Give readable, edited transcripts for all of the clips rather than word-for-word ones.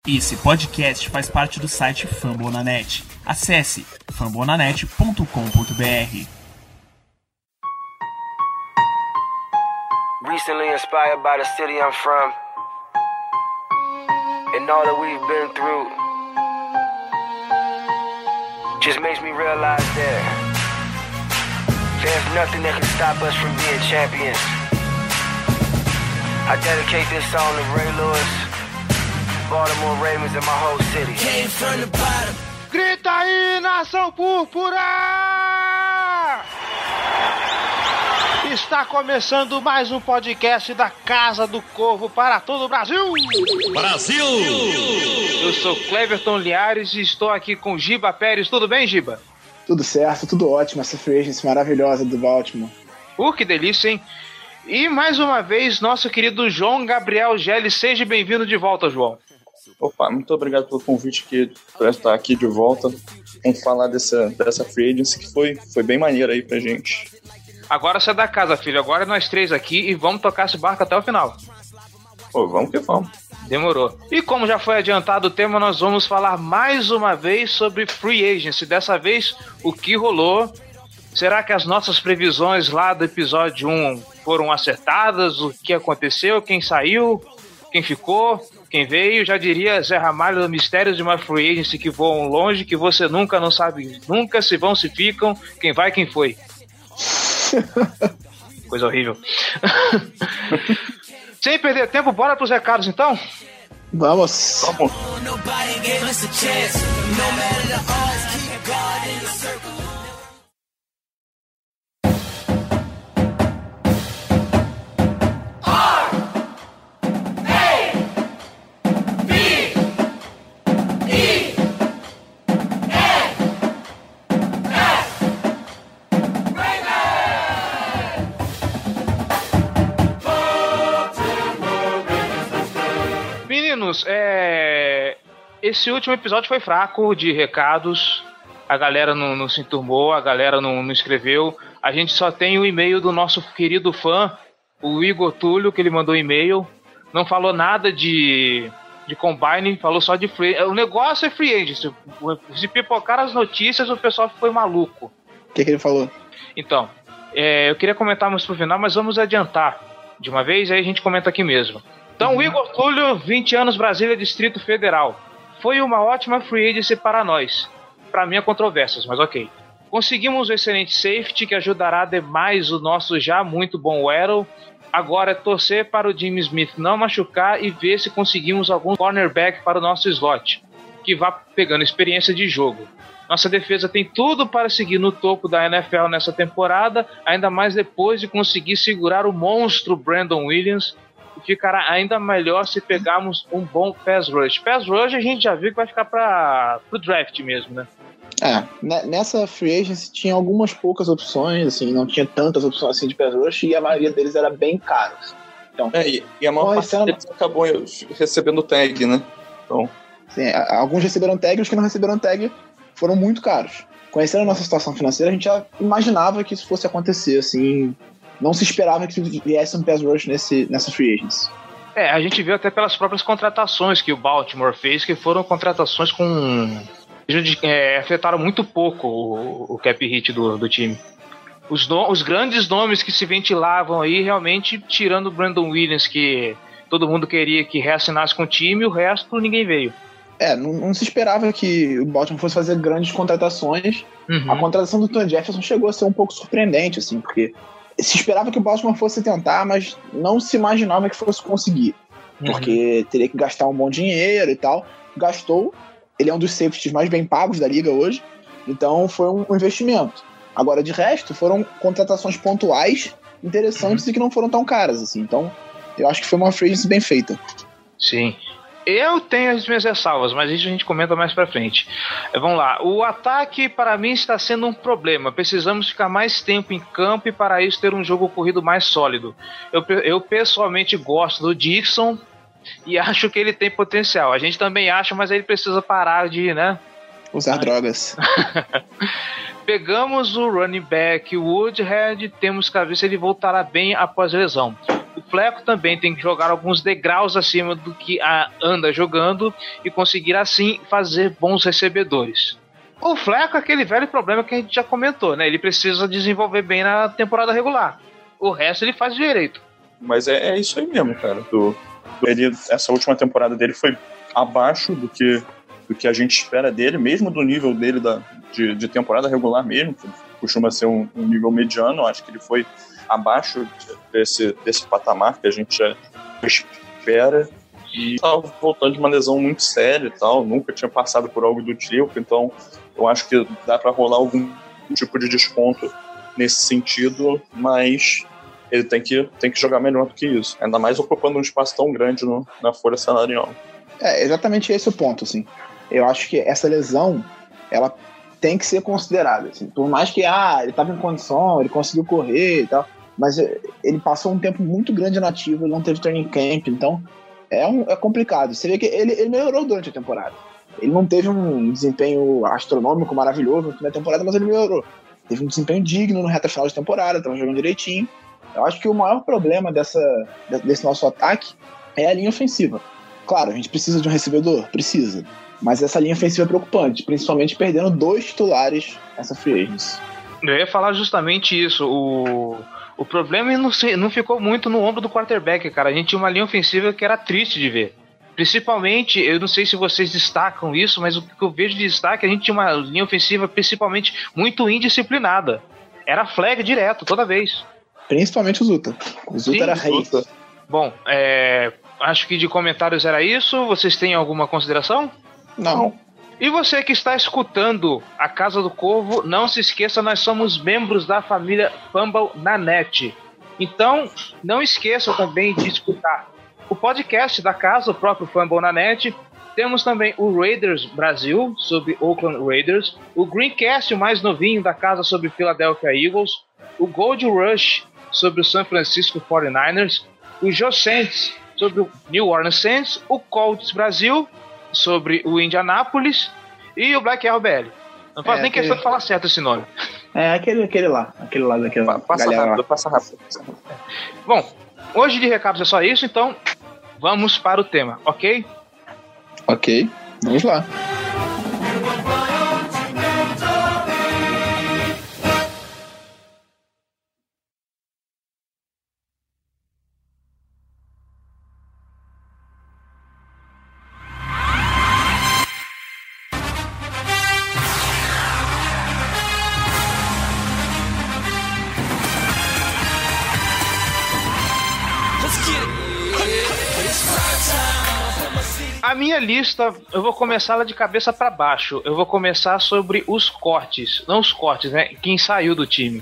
Esse podcast faz parte do site Fambonanet. Acesse fambonanet.com.br. Recently inspired by the city I'm from and all that we've been through just makes me realize that there's nothing that can stop us from being champions. I dedicate this song to Ray Lewis, Baltimore Ravens, and my whole city. Came from the bottom. Grita aí, nação púrpura! Está começando mais um podcast da Casa do Corvo para todo o Brasil! Brasil! Eu sou Cleverton Liares e estou aqui com Giba Pérez. Tudo bem, Giba? Tudo certo, tudo ótimo. Essa free agency maravilhosa do Baltimore. Que delícia, hein? E mais uma vez, nosso querido João Gabriel Gelli. Seja bem-vindo de volta, João. Opa, muito obrigado pelo convite para estar aqui de volta. Vamos falar dessa free agency que foi bem maneira aí pra gente. Agora você é da casa, filho. Agora é nós três aqui e vamos tocar esse barco até o final. Pô, vamos que vamos. Demorou. E como já foi adiantado o tema, nós vamos falar mais uma vez sobre free agency. Dessa vez, o que rolou. Será que as nossas previsões lá do episódio 1 foram acertadas? O que aconteceu? Quem saiu? Quem ficou? Quem veio? Já diria Zé Ramalho, mistérios de uma free agency que voam longe, que você nunca não sabe nunca se vão, se ficam, quem vai, quem foi. Coisa horrível. Sem perder tempo, bora pros recados então? Vamos. Esse último episódio foi fraco de recados. A galera não se enturmou, a galera não escreveu. A gente só tem o e-mail do nosso querido fã, o Igor Túlio, que ele mandou e-mail. Não falou nada de Combine, falou só de free. O negócio é free agency. Se pipocaram as notícias, o pessoal foi maluco. O que ele falou? Então, eu queria comentar mais pro final, mas vamos adiantar de uma vez, aí a gente comenta aqui mesmo. Então, o Igor Túlio, 20 anos, Brasília, Distrito Federal. Foi uma ótima free agency para nós. Para mim, há controvérsias, mas ok. Conseguimos um excelente safety que ajudará demais o nosso já muito bom Waddle. Agora é torcer para o Jimmy Smith não machucar e ver se conseguimos algum cornerback para o nosso slot, que vá pegando experiência de jogo. Nossa defesa tem tudo para seguir no topo da NFL nessa temporada, ainda mais depois de conseguir segurar o monstro Brandon Williams. Ficará ainda melhor se pegarmos um bom pass rush. Pass rush a gente já viu que vai ficar pro draft mesmo, né? Nessa free agency tinha algumas poucas opções, assim, não tinha tantas opções assim de pass rush e a maioria deles era bem caros. Então, e a maior parte deles acabou recebendo tag, né? Então... Sim, alguns receberam tag e os que não receberam tag foram muito caros. Conhecendo a nossa situação financeira, a gente já imaginava que isso fosse acontecer, assim... Não se esperava que viesse um pass rush nessa free agency. A gente viu até pelas próprias contratações que o Baltimore fez, que foram contratações afetaram muito pouco o cap hit do time. Os grandes nomes que se ventilavam aí, realmente, tirando o Brandon Williams, que todo mundo queria que reassinasse com o time, o resto ninguém veio. Não se esperava que o Baltimore fosse fazer grandes contratações. Uhum. A contratação do Tony Jefferson chegou a ser um pouco surpreendente, assim, porque... Se esperava que o Baltimore fosse tentar, mas não se imaginava que fosse conseguir. Porque teria que gastar um bom dinheiro e tal. Gastou. Ele é um dos safeties mais bem pagos da liga hoje. Então foi um investimento. Agora, de resto, foram contratações pontuais, interessantes e que não foram tão caras, assim. Então, eu acho que foi uma free agency bem feita. Sim. Eu tenho as minhas ressalvas, mas isso a gente comenta mais pra frente. Vamos lá. O ataque, para mim, está sendo um problema. Precisamos ficar mais tempo em campo e, para isso, ter um jogo corrido mais sólido. Eu pessoalmente gosto do Dixon e acho que ele tem potencial. A gente também acha, mas ele precisa parar de, usar drogas. Pegamos o running back Woodhead, temos que ver se ele voltará bem após a lesão. O Fleco também tem que jogar alguns degraus acima do que anda jogando e conseguir assim fazer bons recebedores. O Fleco é aquele velho problema que a gente já comentou, né? Ele precisa desenvolver bem na temporada regular. O resto ele faz direito. Mas é isso aí mesmo, cara. Essa última temporada dele foi abaixo do que a gente espera dele, mesmo do nível dele de temporada regular mesmo, que costuma ser um nível mediano. Acho que ele foi abaixo desse patamar que a gente já espera. E estava voltando de uma lesão muito séria e tal, nunca tinha passado por algo do tipo, então eu acho que dá para rolar algum tipo de desconto nesse sentido, mas ele tem que jogar melhor do que isso, ainda mais ocupando um espaço tão grande na folha salarial. É exatamente esse o ponto, assim. Eu acho que essa lesão, ela tem que ser considerada, assim. Por mais que ele estava em condição, ele conseguiu correr e tal, mas ele passou um tempo muito grande inativo, ele não teve training camp, então é complicado. Você vê que ele melhorou durante a temporada. Ele não teve um desempenho astronômico maravilhoso na primeira temporada, mas ele melhorou. Teve um desempenho digno no reta final de temporada, estava jogando direitinho. Eu acho que o maior problema desse nosso ataque é a linha ofensiva. Claro, a gente precisa de um recebedor? Precisa. Mas essa linha ofensiva é preocupante, principalmente perdendo 2 titulares nessa free agency. Eu ia falar justamente isso. O problema não ficou muito no ombro do quarterback, cara. A gente tinha uma linha ofensiva que era triste de ver. Principalmente, eu não sei se vocês destacam isso, mas o que eu vejo de destaque, a gente tinha uma linha ofensiva principalmente muito indisciplinada. Era flag direto, toda vez. Principalmente o Zuta. O Zuta era rei. Bom, acho que de comentários era isso. Vocês têm alguma consideração? Não. E você que está escutando a Casa do Corvo, não se esqueça, nós somos membros da família Fumble na Net. Então, não esqueça também de escutar o podcast da casa, o próprio Fumble na Net. Temos também o Raiders Brasil, sobre Oakland Raiders. O Greencast, o mais novinho da casa, sobre Philadelphia Eagles. O Gold Rush, sobre o San Francisco 49ers. O Joe Saints, sobre o New Orleans Saints. O Colts Brasil, sobre o Indianapolis. E o Black Arrow BL. Não faço nem questão de falar certo esse nome. Aquele lá daquela Passa rápido. Bom, hoje de recados é só isso, então vamos para o tema, ok? Ok, vamos lá. A minha lista, eu vou começar ela de cabeça para baixo. Eu vou começar sobre os cortes. Não os cortes, né? Quem saiu do time.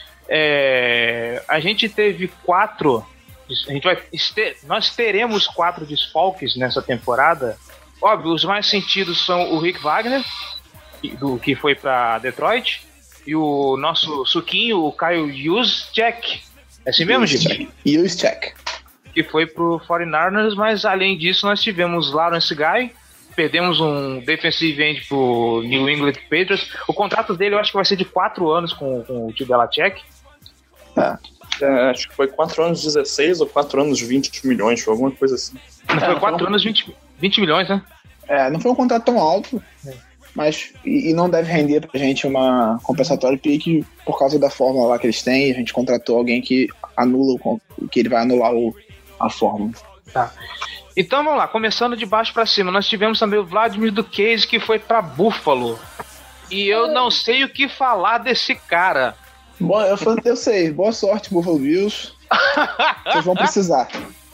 A gente teve 4. Nós teremos 4 desfalques nessa temporada. Óbvio, os mais sentidos são o Rick Wagner, que foi para Detroit, e o nosso suquinho, o Kyle Juszczyk. É assim mesmo, Gil? Juszczyk. Que foi pro 49ers, mas além disso nós tivemos Lawrence Guy, perdemos um defensive end pro New England Patriots. O contrato dele eu acho que vai ser de 4 anos com o tio Belichick. Acho que foi 4 anos 16 ou 4 anos 20 milhões, foi alguma coisa assim. Não foi 4 anos 20 milhões, né? Não foi um contrato tão alto, mas e não deve render pra gente uma compensatória pick por causa da fórmula lá que eles têm. A gente contratou alguém que anula que ele vai anular a fórmula. Tá. Então vamos lá, começando de baixo pra cima, nós tivemos também o Vladimir Duquesne, que foi pra Buffalo. E eu não sei o que falar desse cara. Bom, eu sei, boa sorte, Buffalo Bills. Vocês vão precisar.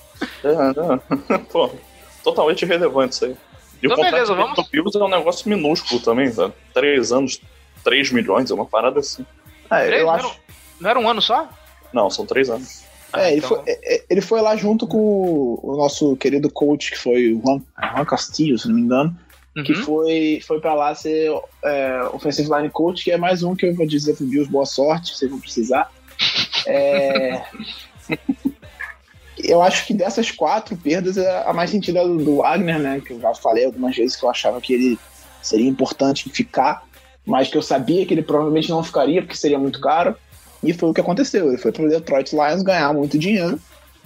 Pô, totalmente irrelevante isso aí. E então, o contrato beleza, do Bills é um negócio minúsculo também, tá? 3 anos, 3 milhões, é uma parada assim. Eu acho. Não era um ano só? Não, são 3 anos. Então... ele foi lá junto com o nosso querido coach, que foi o Juan Castillo, se não me engano, que foi pra lá ser offensive line coach, que é mais um que eu vou dizer pro Bills, boa sorte, vocês vão precisar. Eu acho que dessas 4 perdas, a mais sentida do Wagner, né, que eu já falei algumas vezes que eu achava que ele seria importante ficar, mas que eu sabia que ele provavelmente não ficaria, porque seria muito caro. E foi o que aconteceu. Ele foi pro Detroit Lions ganhar muito dinheiro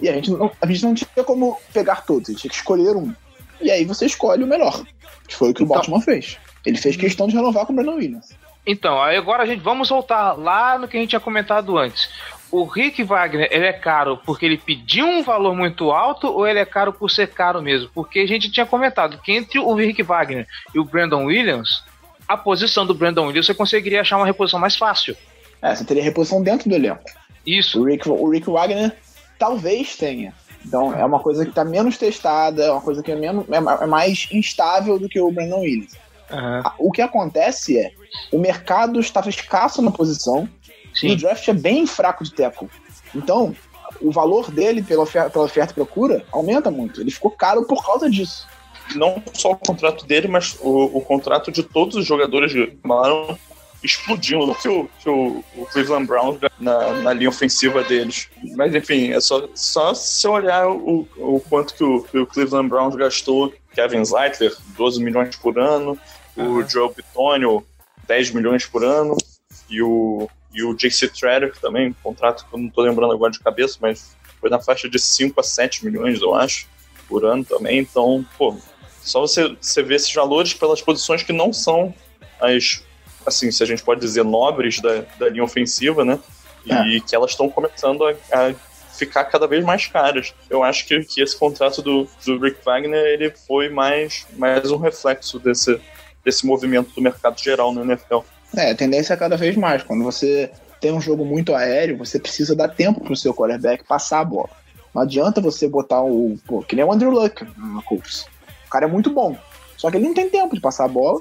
E a gente não tinha como pegar todos, a gente tinha que escolher um. E aí você escolhe o melhor, que foi o que o Baltimore fez. Ele fez questão de renovar com o Brandon Williams. Então, aí agora vamos voltar lá no que a gente tinha comentado antes. O Rick Wagner, ele é caro porque ele pediu um valor muito alto ou ele é caro por ser caro mesmo? Porque a gente tinha comentado que entre o Rick Wagner e o Brandon Williams, a posição do Brandon Williams você conseguiria achar uma reposição mais fácil. Você teria reposição dentro do elenco. Isso. O Rick Wagner talvez tenha. Então é uma coisa que está menos testada, é uma coisa que é mais instável do que o Brandon Williams. Uhum. O que acontece é, o mercado estava escasso na posição. Sim. E o draft é bem fraco de tackle. Então, o valor dele pela oferta e procura aumenta muito. Ele ficou caro por causa disso. Não só o contrato dele, mas o contrato de todos os jogadores que tomaram explodindo que o Cleveland Browns na linha ofensiva deles. Mas enfim, é só se olhar o quanto que o Cleveland Browns gastou. Kevin Zeitler, 12 milhões por ano, o Joe Bitonio, 10 milhões por ano, e o J.C. Tretter também, um contrato que eu não estou lembrando agora de cabeça, mas foi na faixa de 5 a 7 milhões, eu acho, por ano também. Então, só você ver esses valores pelas posições que não são as, assim, se a gente pode dizer, nobres da linha ofensiva, né? E que elas estão começando a ficar cada vez mais caras. Eu acho que esse contrato do Rick Wagner, ele foi mais um reflexo desse movimento do mercado geral no NFL. A tendência é cada vez mais. Quando você tem um jogo muito aéreo, você precisa dar tempo pro seu quarterback passar a bola. Não adianta você botar que nem o Andrew Luck na Colts. O cara é muito bom, só que ele não tem tempo de passar a bola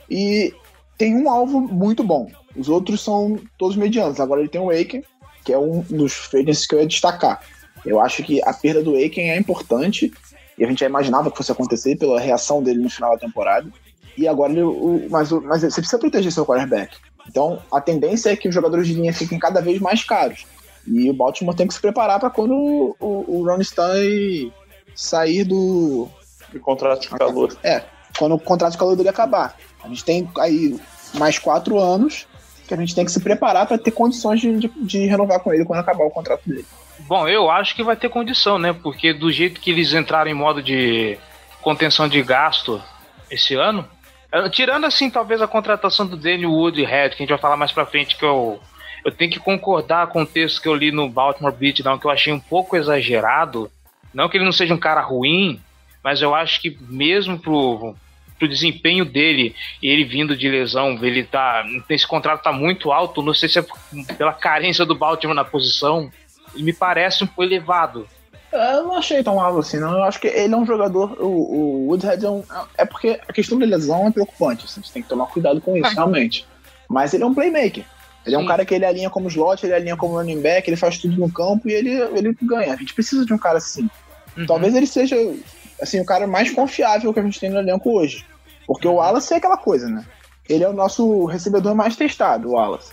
e tem um alvo muito bom. Os outros são todos medianos. Agora ele tem o Aiken, que é um dos free-agents que eu ia destacar. Eu acho que a perda do Aiken é importante e a gente já imaginava que fosse acontecer pela reação dele no final da temporada. E agora mas você precisa proteger seu quarterback. Então a tendência é que os jogadores de linha fiquem cada vez mais caros. E o Baltimore tem que se preparar para quando o Ron Stanley sair do contrato de calor. Quando o contrato de calor dele acabar. A gente tem aí mais 4 anos que a gente tem que se preparar para ter condições de renovar com ele quando acabar o contrato dele. Bom, eu acho que vai ter condição, né? Porque do jeito que eles entraram em modo de contenção de gasto esse ano, tirando assim talvez a contratação do Daniel Woodhead, que a gente vai falar mais pra frente, que eu tenho que concordar com o texto que eu li no Baltimore Beatdown, que eu achei um pouco exagerado. Não que ele não seja um cara ruim, mas eu acho que mesmo pro desempenho dele, e ele vindo de lesão, esse contrato tá muito alto, não sei se é pela carência do Baltimore na posição, ele me parece um pouco elevado. Eu não achei tão alto assim, não. Eu acho que ele é um jogador, o Woodhead é porque a questão da lesão é preocupante, assim, você tem que tomar cuidado com isso, realmente. Mas ele é um playmaker. Ele é um cara que ele alinha como slot, ele alinha como running back, ele faz tudo no campo e ele ganha. A gente precisa de um cara assim. Talvez ele seja assim, o cara mais confiável que a gente tem no elenco hoje. Porque o Wallace é aquela coisa, né? Ele é o nosso recebedor mais testado, o Wallace.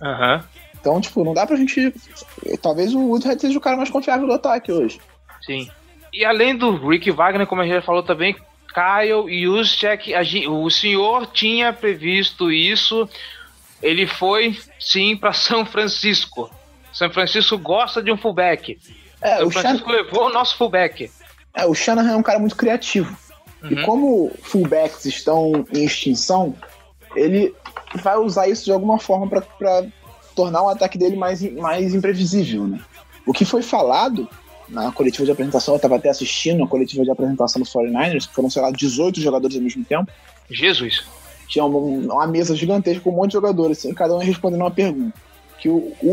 Então, tipo, não dá pra gente... Talvez o Woodhead seja o cara mais confiável do ataque hoje. Sim. E além do Rick Wagner, como a gente já falou também, Kyle Juszczyk, o senhor tinha previsto isso. Ele foi, sim, pra São Francisco. São Francisco gosta de um fullback. São Francisco levou o nosso fullback. O Shanahan é um cara muito criativo. E como fullbacks estão em extinção, ele vai usar isso de alguma forma para tornar o ataque dele mais imprevisível, né? O que foi falado na coletiva de apresentação, eu estava até assistindo a coletiva de apresentação dos 49ers, que foram, sei lá, 18 jogadores ao mesmo tempo. Jesus! Tinha uma mesa gigantesca com um monte de jogadores, assim, cada um respondendo uma pergunta. Que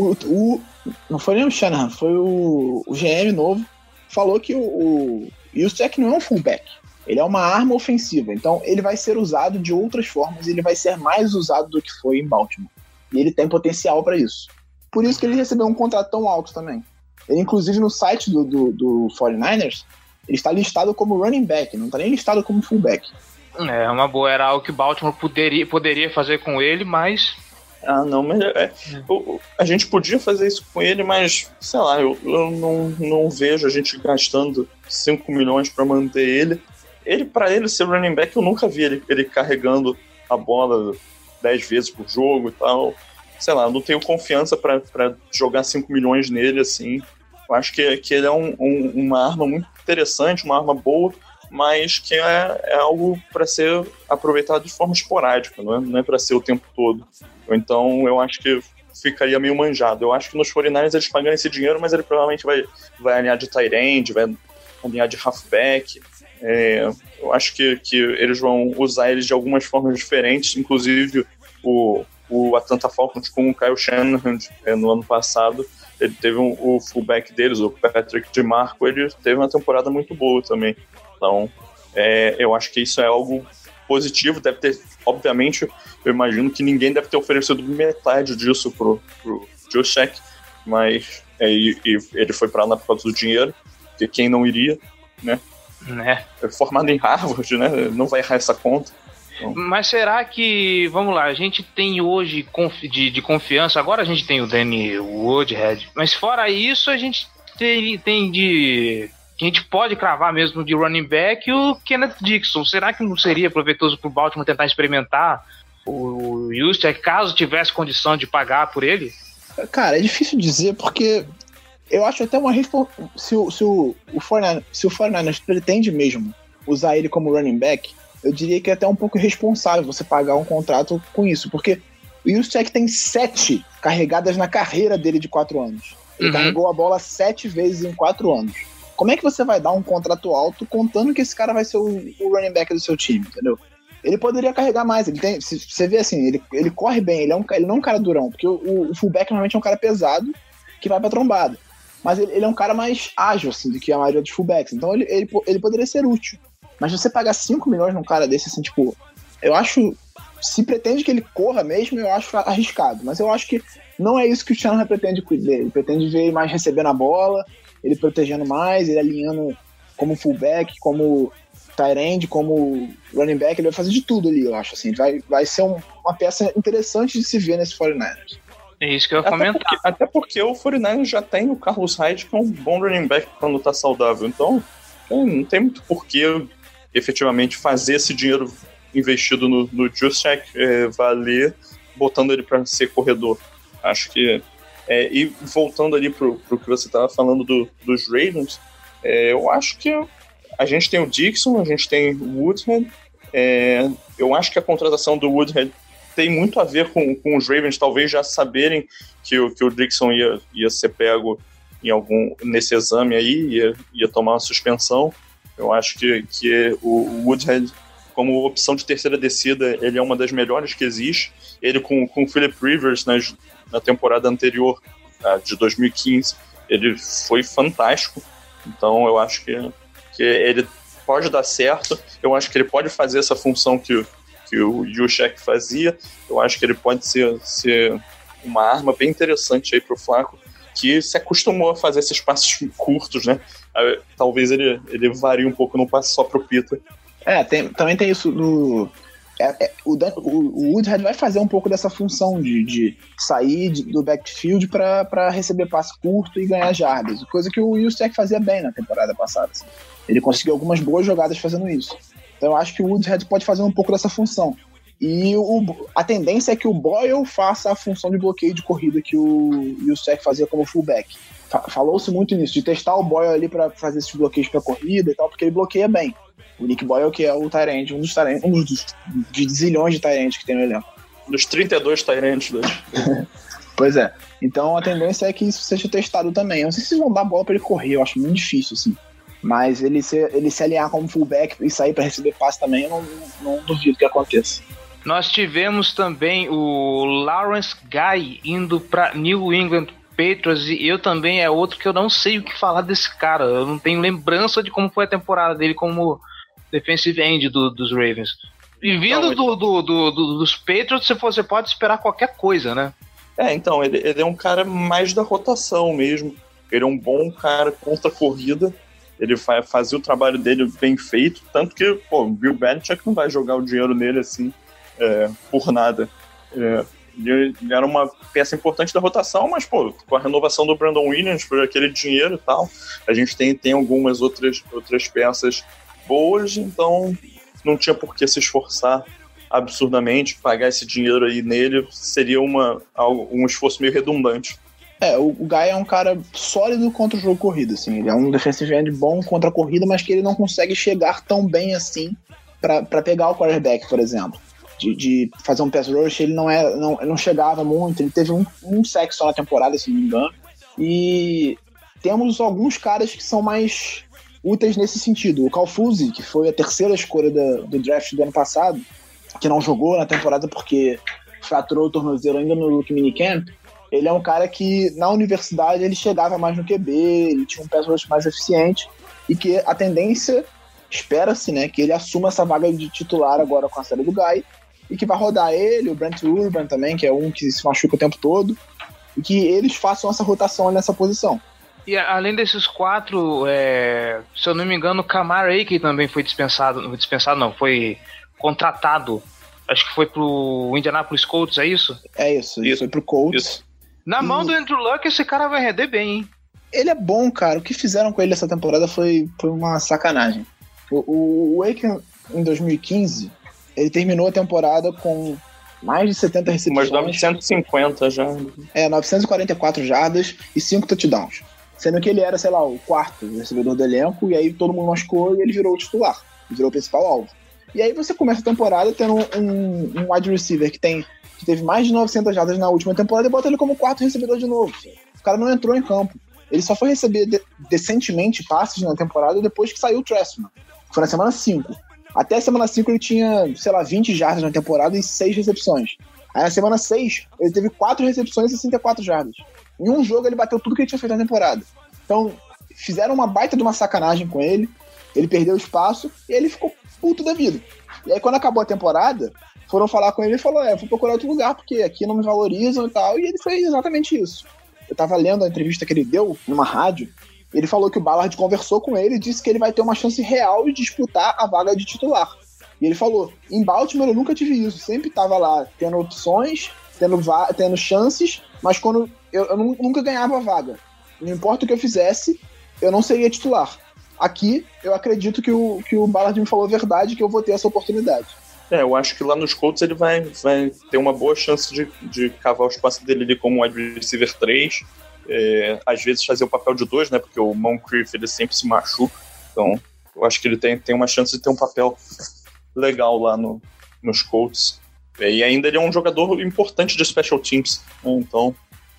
não foi nem o Shanahan, foi o GM novo, falou que o Juszczyk não é um fullback. Ele é uma arma ofensiva, então ele vai ser usado de outras formas, ele vai ser mais usado do que foi em Baltimore. E ele tem potencial para isso. Por isso que ele recebeu um contrato tão alto também. Ele, inclusive, no site do 49ers, ele está listado como running back, não está nem listado como fullback. É uma boa, era algo que Baltimore poderia fazer com ele, mas... Não, mas a gente podia fazer isso com ele, mas, sei lá, eu não vejo a gente gastando 5 milhões para manter ele. Para ele ser running back, eu nunca vi ele carregando a bola 10 vezes por jogo e tal. Sei lá, eu não tenho confiança para jogar 5 milhões nele, assim, Eu acho que ele é uma arma muito interessante, uma arma boa, mas que é algo para ser aproveitado de forma esporádica, não é para ser o tempo todo. Então eu acho que ficaria meio manjado. Eu acho que nos 49ers eles pagam esse dinheiro, mas ele provavelmente vai alinhar de tight end, vai alinhar de halfback. Eu acho que eles vão usar eles de algumas formas diferentes, inclusive o Atlanta Falcons com o Kyle Shanahan no ano passado. Ele teve o fullback deles, o Patrick DiMarco, ele teve uma temporada muito boa também. Então, eu acho que isso é algo positivo. Deve ter, obviamente, eu imagino que ninguém deve ter oferecido metade disso pro Juszczyk, mas ele foi pra lá por causa do dinheiro, porque quem não iria, né? É formado em Harvard, né? Não vai errar essa conta. Então. Mas será que, vamos lá, a gente tem hoje de confiança, agora a gente tem o Danny Woodhead, mas fora isso a gente a gente pode cravar mesmo de running back o Kenneth Dixon. Será que não seria proveitoso pro Baltimore tentar experimentar o Juszczyk, caso tivesse condição de pagar por ele? Cara, é difícil dizer, porque eu acho até uma se o 49ers pretende mesmo usar ele como running back, eu diria que é até um pouco irresponsável você pagar um contrato com isso, porque o Juszczyk tem 7 carregadas na carreira dele de 4 anos. Ele carregou a bola 7 vezes em 4 anos. Como é que você vai dar um contrato alto contando que esse cara vai ser o running back do seu time, entendeu? Ele poderia carregar mais. Você vê assim, ele corre bem, ele não é um cara durão, porque o fullback normalmente é um cara pesado que vai pra trombada. Mas ele é um cara mais ágil, assim, do que a maioria dos fullbacks. Então ele poderia ser útil. Mas você pagar 5 milhões num cara desse, assim, tipo, eu acho, se pretende que ele corra mesmo, eu acho arriscado. Mas eu acho que não é isso que o Shanahan pretende dele. Ele pretende ver ele mais recebendo a bola, ele protegendo mais, ele alinhando como fullback, como tight end, como running back, ele vai fazer de tudo ali, eu acho, assim. Vai ser uma peça interessante de se ver nesse 49ers. É isso que eu ia comentar. Até porque o 49ers já tem o Carlos Hyde, que é um bom running back quando tá saudável. Então, não tem muito porquê efetivamente fazer esse dinheiro investido no Juszczyk valer, botando ele para ser corredor. Acho que e voltando ali pro que você estava falando dos Ravens, eu acho que a gente tem o Dixon, a gente tem o Woodhead. Eu acho que a contratação do Woodhead tem muito a ver com os Ravens talvez já saberem que o Dixon ia ser pego nesse exame aí, ia tomar uma suspensão. Eu acho que o Woodhead, como opção de terceira descida, ele é uma das melhores que existe. Ele com o Philip Rivers na temporada anterior, de 2015, ele foi fantástico. Então eu acho que ele pode dar certo. Eu acho que ele pode fazer essa função que o Juszczyk fazia. Eu acho que ele pode ser uma arma bem interessante aí pro Flacco, que se acostumou a fazer esses passos curtos, né? Talvez ele varie um pouco, não passe só pro Peter. Também tem isso o Woodhead vai fazer um pouco dessa função de sair do backfield para receber passe curto e ganhar jardas, coisa que o Juszczyk fazia bem na temporada passada, assim. Ele conseguiu algumas boas jogadas fazendo isso. Então eu acho que o Woodhead pode fazer um pouco dessa função. E a tendência é que o Boyle faça a função de bloqueio de corrida que o Juszczyk fazia como fullback. Falou-se muito nisso, de testar o Boyle ali para fazer esses bloqueios para corrida e tal, porque ele bloqueia bem. O Nick Boyle, que é o tight end, um dos de zilhões de tight ends que tem no elenco. Dos 32 tight ends. Pois é. Então a tendência é que isso seja testado também. Eu não sei se vão dar bola para ele correr, eu acho muito difícil, assim. Mas ele se alinhar como fullback e sair para receber passe também, eu não duvido que aconteça. Nós tivemos também o Lawrence Guy indo para New England Patriots, e eu também é outro que eu não sei o que falar desse cara. Eu não tenho lembrança de como foi a temporada dele como defensive end dos Ravens. E vindo dos Patriots, você pode esperar qualquer coisa, né? Então, ele é um cara mais da rotação mesmo. Ele é um bom cara contra a corrida. Ele fazia o trabalho dele bem feito, tanto que o Bill Belichick não vai jogar o dinheiro nele assim por nada. Ele era uma peça importante da rotação, mas com a renovação do Brandon Williams por aquele dinheiro e tal, a gente tem algumas outras peças boas, então não tinha por que se esforçar absurdamente. Pagar esse dinheiro aí nele seria um esforço meio redundante. O Guy é um cara sólido contra o jogo corrido, assim. Ele é um defensive end bom contra a corrida, mas que ele não consegue chegar tão bem assim pra pegar o quarterback, por exemplo. De fazer um pass rush, ele não chegava muito. Ele teve um sack só na temporada, se não me engano. E temos alguns caras que são mais úteis nesse sentido. O Calfuzzi, que foi a terceira escolha do draft do ano passado, que não jogou na temporada porque fraturou o tornozelo ainda no Rookie Minicamp. Ele é um cara que, na universidade, ele chegava mais no QB, ele tinha um pass rush mais eficiente, e que a tendência, espera-se, né, que ele assuma essa vaga de titular agora com a série do Guy, e que vai rodar ele, o Brent Urban também, que é um que se machuca o tempo todo, e que eles façam essa rotação nessa posição. E além desses 4, se eu não me engano, o Kamar Aiken também foi foi contratado. Acho que foi pro Indianapolis Colts, é isso? É isso. Foi pro Colts. Isso. Na mão do Andrew Luck, esse cara vai render bem, hein? Ele é bom, cara. O que fizeram com ele essa temporada foi uma sacanagem. O Aiken, em 2015, ele terminou a temporada com mais de 70 recepções. Umas 950 já. 944 jardas e 5 touchdowns. Sendo que ele era, sei lá, o quarto recebedor do elenco, e aí todo mundo machucou e ele virou o titular. Virou o principal alvo. E aí você começa a temporada tendo um wide receiver que teve mais de 900 jardas na última temporada e bota ele como quarto recebedor de novo. O cara não entrou em campo. Ele só foi receber decentemente passes na temporada depois que saiu o Trestman. Foi na semana 5. Até a semana 5 ele tinha, sei lá, 20 jardas na temporada e 6 recepções. Aí na semana 6 ele teve 4 recepções e 64 jardas. Em um jogo ele bateu tudo que ele tinha feito na temporada. Então fizeram uma baita de uma sacanagem com ele. Ele perdeu espaço e ele ficou puto da vida. E aí quando acabou a temporada, foram falar com ele e falou, vou procurar outro lugar porque aqui não me valorizam e tal. E ele fez exatamente isso. Eu tava lendo a entrevista que ele deu numa rádio. Ele falou que o Ballard conversou com ele e disse que ele vai ter uma chance real de disputar a vaga de titular. E ele falou, em Baltimore eu nunca tive isso, sempre tava lá tendo opções, tendo chances, mas quando eu nunca ganhava a vaga. Não importa o que eu fizesse, eu não seria titular. Aqui, eu acredito que o Ballard me falou a verdade, que eu vou ter essa oportunidade. Eu acho que lá nos Colts ele vai ter uma boa chance de cavar o espaço dele ali como wide receiver 3. Às vezes fazer o papel de 2, né? Porque o Moncrief ele sempre se machuca. Então, eu acho que ele tem uma chance de ter um papel legal lá nos Colts. E ainda ele é um jogador importante de special teams. Né? Então,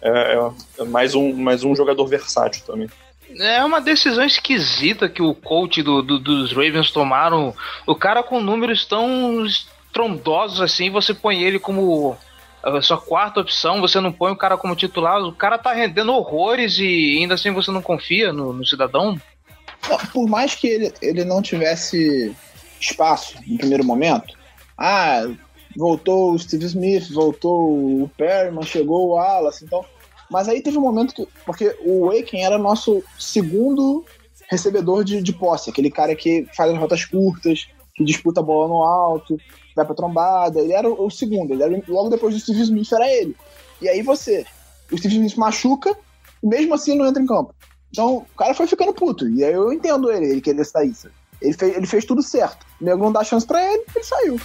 é mais um jogador versátil também. É uma decisão esquisita que o coach dos Ravens tomaram. O cara com números tão estrondosos assim, você põe ele como a sua quarta opção, você não põe o cara como titular. O cara tá rendendo horrores e ainda assim você não confia no cidadão? Não, por mais que ele não tivesse espaço no primeiro momento, voltou o Steve Smith, voltou o Perryman, chegou o Wallace, então... Mas aí teve um momento que... Porque o Aiken era nosso segundo recebedor de posse. Aquele cara que faz as rotas curtas, que disputa a bola no alto, vai pra trombada. Ele era o segundo. Logo depois do Steve Smith era ele. E aí o Steve Smith machuca e mesmo assim não entra em campo. Então o cara foi ficando puto. E aí eu entendo ele querer sair. Ele fez tudo certo. O nego não dá chance pra ele saiu.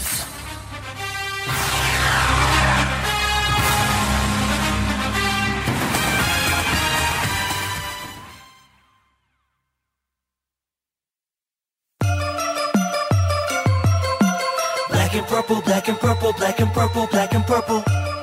Purple, black and purple, black and purple, black and purple.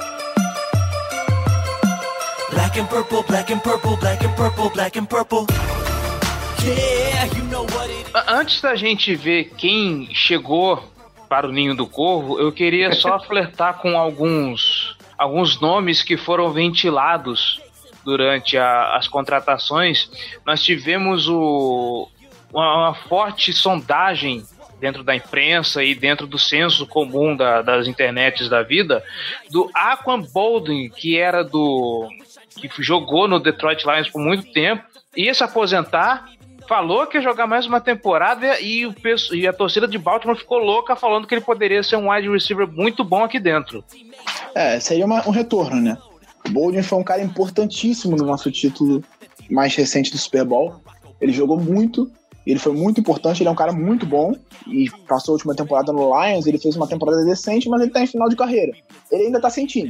Black and purple, black and purple, black and purple, black and purple. Yeah, you know what it is. Antes da gente ver quem chegou para o Ninho do Corvo, eu queria só flertar com alguns nomes que foram ventilados durante as contratações. Nós tivemos uma forte sondagem dentro da imprensa e dentro do senso comum das internets da vida, do Aquan Boldin, que jogou no Detroit Lions por muito tempo, ia se aposentar, falou que ia jogar mais uma temporada e a torcida de Baltimore ficou louca falando que ele poderia ser um wide receiver muito bom aqui dentro. Seria um retorno, né? O Boldin foi um cara importantíssimo no nosso título mais recente do Super Bowl. Ele jogou muito. Ele foi muito importante, ele é um cara muito bom e passou a última temporada no Lions, ele fez uma temporada decente, mas ele tá em final de carreira. Ele ainda tá sem time.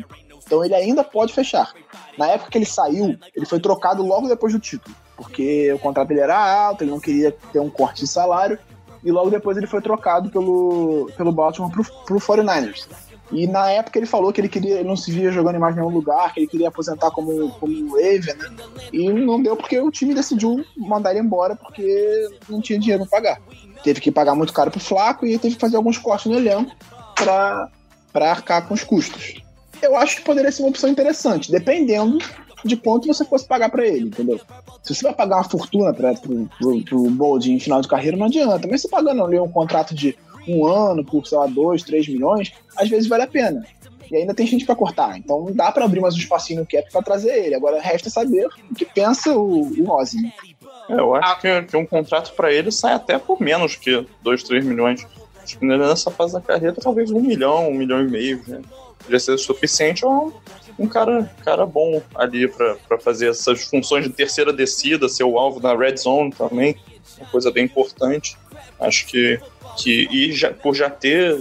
Então ele ainda pode fechar. Na época que ele saiu, ele foi trocado logo depois do título, porque o contrato dele era alto, ele não queria ter um corte de salário, e logo depois ele foi trocado pelo Baltimore pro 49ers. E na época ele falou que ele não se via jogando em mais nenhum lugar, que ele queria aposentar como Raven, né? E não deu porque o time decidiu mandar ele embora porque não tinha dinheiro pra pagar. Teve que pagar muito caro pro Flaco e teve que fazer alguns cortes no elenco pra arcar com os custos. Eu acho que poderia ser uma opção interessante, dependendo de quanto você fosse pagar pra ele, entendeu? Se você vai pagar uma fortuna pro Bold em final de carreira, não adianta. Mas se pagando ali um contrato de 1 ano por, sei lá, 2, 3 milhões, às vezes vale a pena. E ainda tem gente pra cortar. Então dá pra abrir mais um espacinho no cap pra trazer ele. Agora resta saber o que pensa o Ozzy, né? Eu acho que um contrato pra ele sai até por menos que 2, 3 milhões. Acho que nessa fase da carreira, talvez 1 milhão, 1 milhão e meio, né? Podia ser suficiente ou um cara bom ali pra fazer essas funções de terceira descida, ser o alvo na red zone também, uma coisa bem importante. Acho que por já ter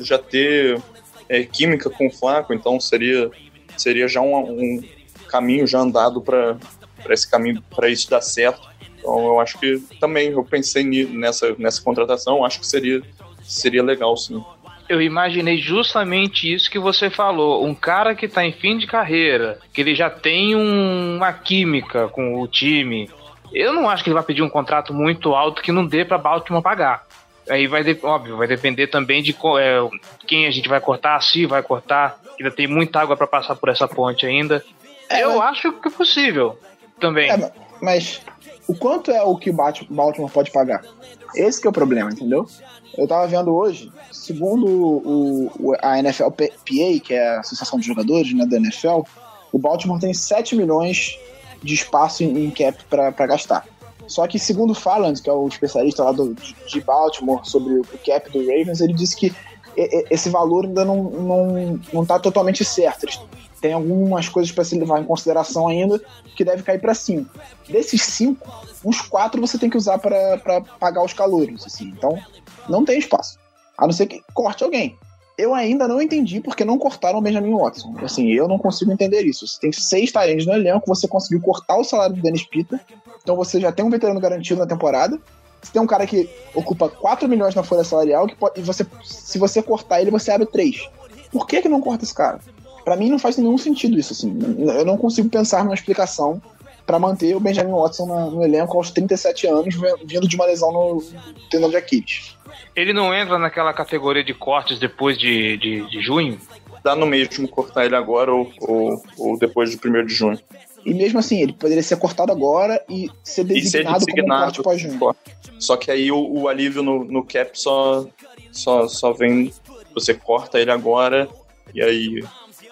química com o Flaco, então seria já um caminho já andado para esse caminho, para isso dar certo. Então eu acho que também eu pensei nessa contratação, acho que seria legal, sim. Eu imaginei justamente isso que você falou. Um cara que tá em fim de carreira, que ele já tem uma química com o time. Eu não acho que ele vai pedir um contrato muito alto que não dê pra Baltimore pagar. Aí vai depender também de quem a gente vai cortar, se vai cortar. Ainda tem muita água pra passar por essa ponte ainda. Eu acho que é possível também. Mas o quanto é o que o Baltimore pode pagar? Esse que é o problema, entendeu? Eu tava vendo hoje, segundo a NFLPA, que é a Associação de Jogadores, né, da NFL, o Baltimore tem 7 milhões de espaço em cap pra gastar. Só que segundo o Farland, que é o especialista lá de Baltimore sobre o cap do Ravens, ele disse que esse valor ainda não tá totalmente certo. Eles têm algumas coisas para se levar em consideração ainda, que deve cair para 5. Desses 5, uns 4 você tem que usar para pagar os calouros, assim. Então, não tem espaço. A não ser que corte alguém. Eu ainda não entendi porque não cortaram o Benjamin Watson. Assim, eu não consigo entender isso. Você tem 6 talentos no elenco, você conseguiu cortar o salário do Dennis Pitta, então você já tem um veterano garantido na temporada. Você tem um cara que ocupa 4 milhões na folha salarial, se você cortar ele, você abre 3. Por que não corta esse cara? Pra mim não faz nenhum sentido isso, assim. Eu não consigo pensar numa explicação pra manter o Benjamin Watson no elenco aos 37 anos, vindo de uma lesão no tendão de Aquiles. Ele não entra naquela categoria de cortes depois de junho? Dá no mesmo cortar ele agora ou depois de 1º de junho. E mesmo assim, ele poderia ser cortado agora e ser designado como um corte pós-junho. Só que aí o alívio no cap só vem... Você corta ele agora e aí,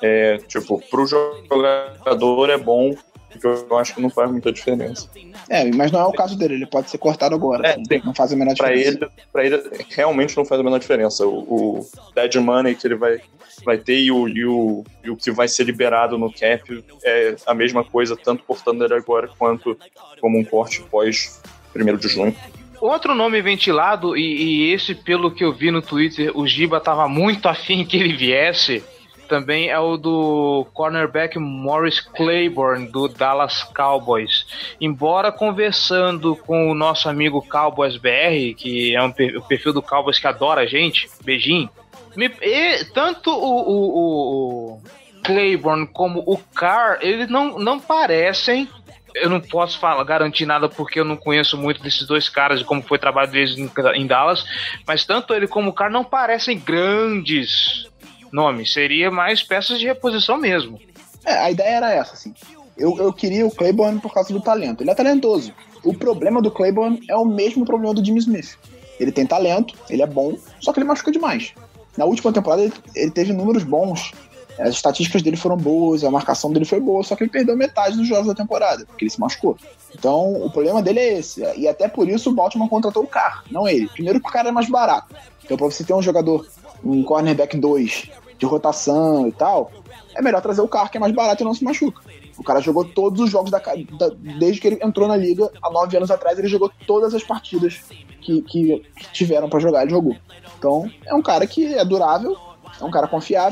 pro jogador é bom, porque eu acho que não faz muita diferença. Mas não é o caso dele, ele pode ser cortado agora. Não faz a menor diferença. Pra ele realmente não faz a menor diferença. O dead money que ele vai ter e o que vai ser liberado no cap é a mesma coisa, tanto cortando ele agora quanto como um corte pós 1º de junho. Outro nome ventilado, e esse, pelo que eu vi no Twitter, o Giba tava muito afim que ele viesse, também é o do cornerback Morris Claiborne, do Dallas Cowboys. Embora conversando com o nosso amigo Cowboys BR, que é o perfil do Cowboys que adora a gente, beijinho, tanto o Claiborne como o Carr, eles não parecem... Eu não posso garantir nada porque eu não conheço muito desses dois caras e como foi o trabalho deles em Dallas, mas tanto ele como o Carr não parecem grandes nomes, seria mais peças de reposição mesmo. A ideia era essa, assim. Eu queria o Claiborne por causa do talento. Ele é talentoso. O problema do Claiborne é o mesmo problema do Jimmy Smith. Ele tem talento, ele é bom, só que ele machuca demais. Na última temporada ele teve números bons, as estatísticas dele foram boas, a marcação dele foi boa, só que ele perdeu metade dos jogos da temporada, porque ele se machucou. Então, o problema dele é esse. E até por isso o Baltimore contratou o Carr, não ele. Primeiro que o cara é mais barato. Então, pra você ter um jogador, um cornerback 2, de rotação e tal, é melhor trazer o Carr, que é mais barato e não se machuca. O cara jogou todos os jogos desde que ele entrou na liga, há 9 anos atrás, ele jogou todas as partidas que tiveram pra jogar, ele jogou. Então, é um cara que é durável, é um cara confiável,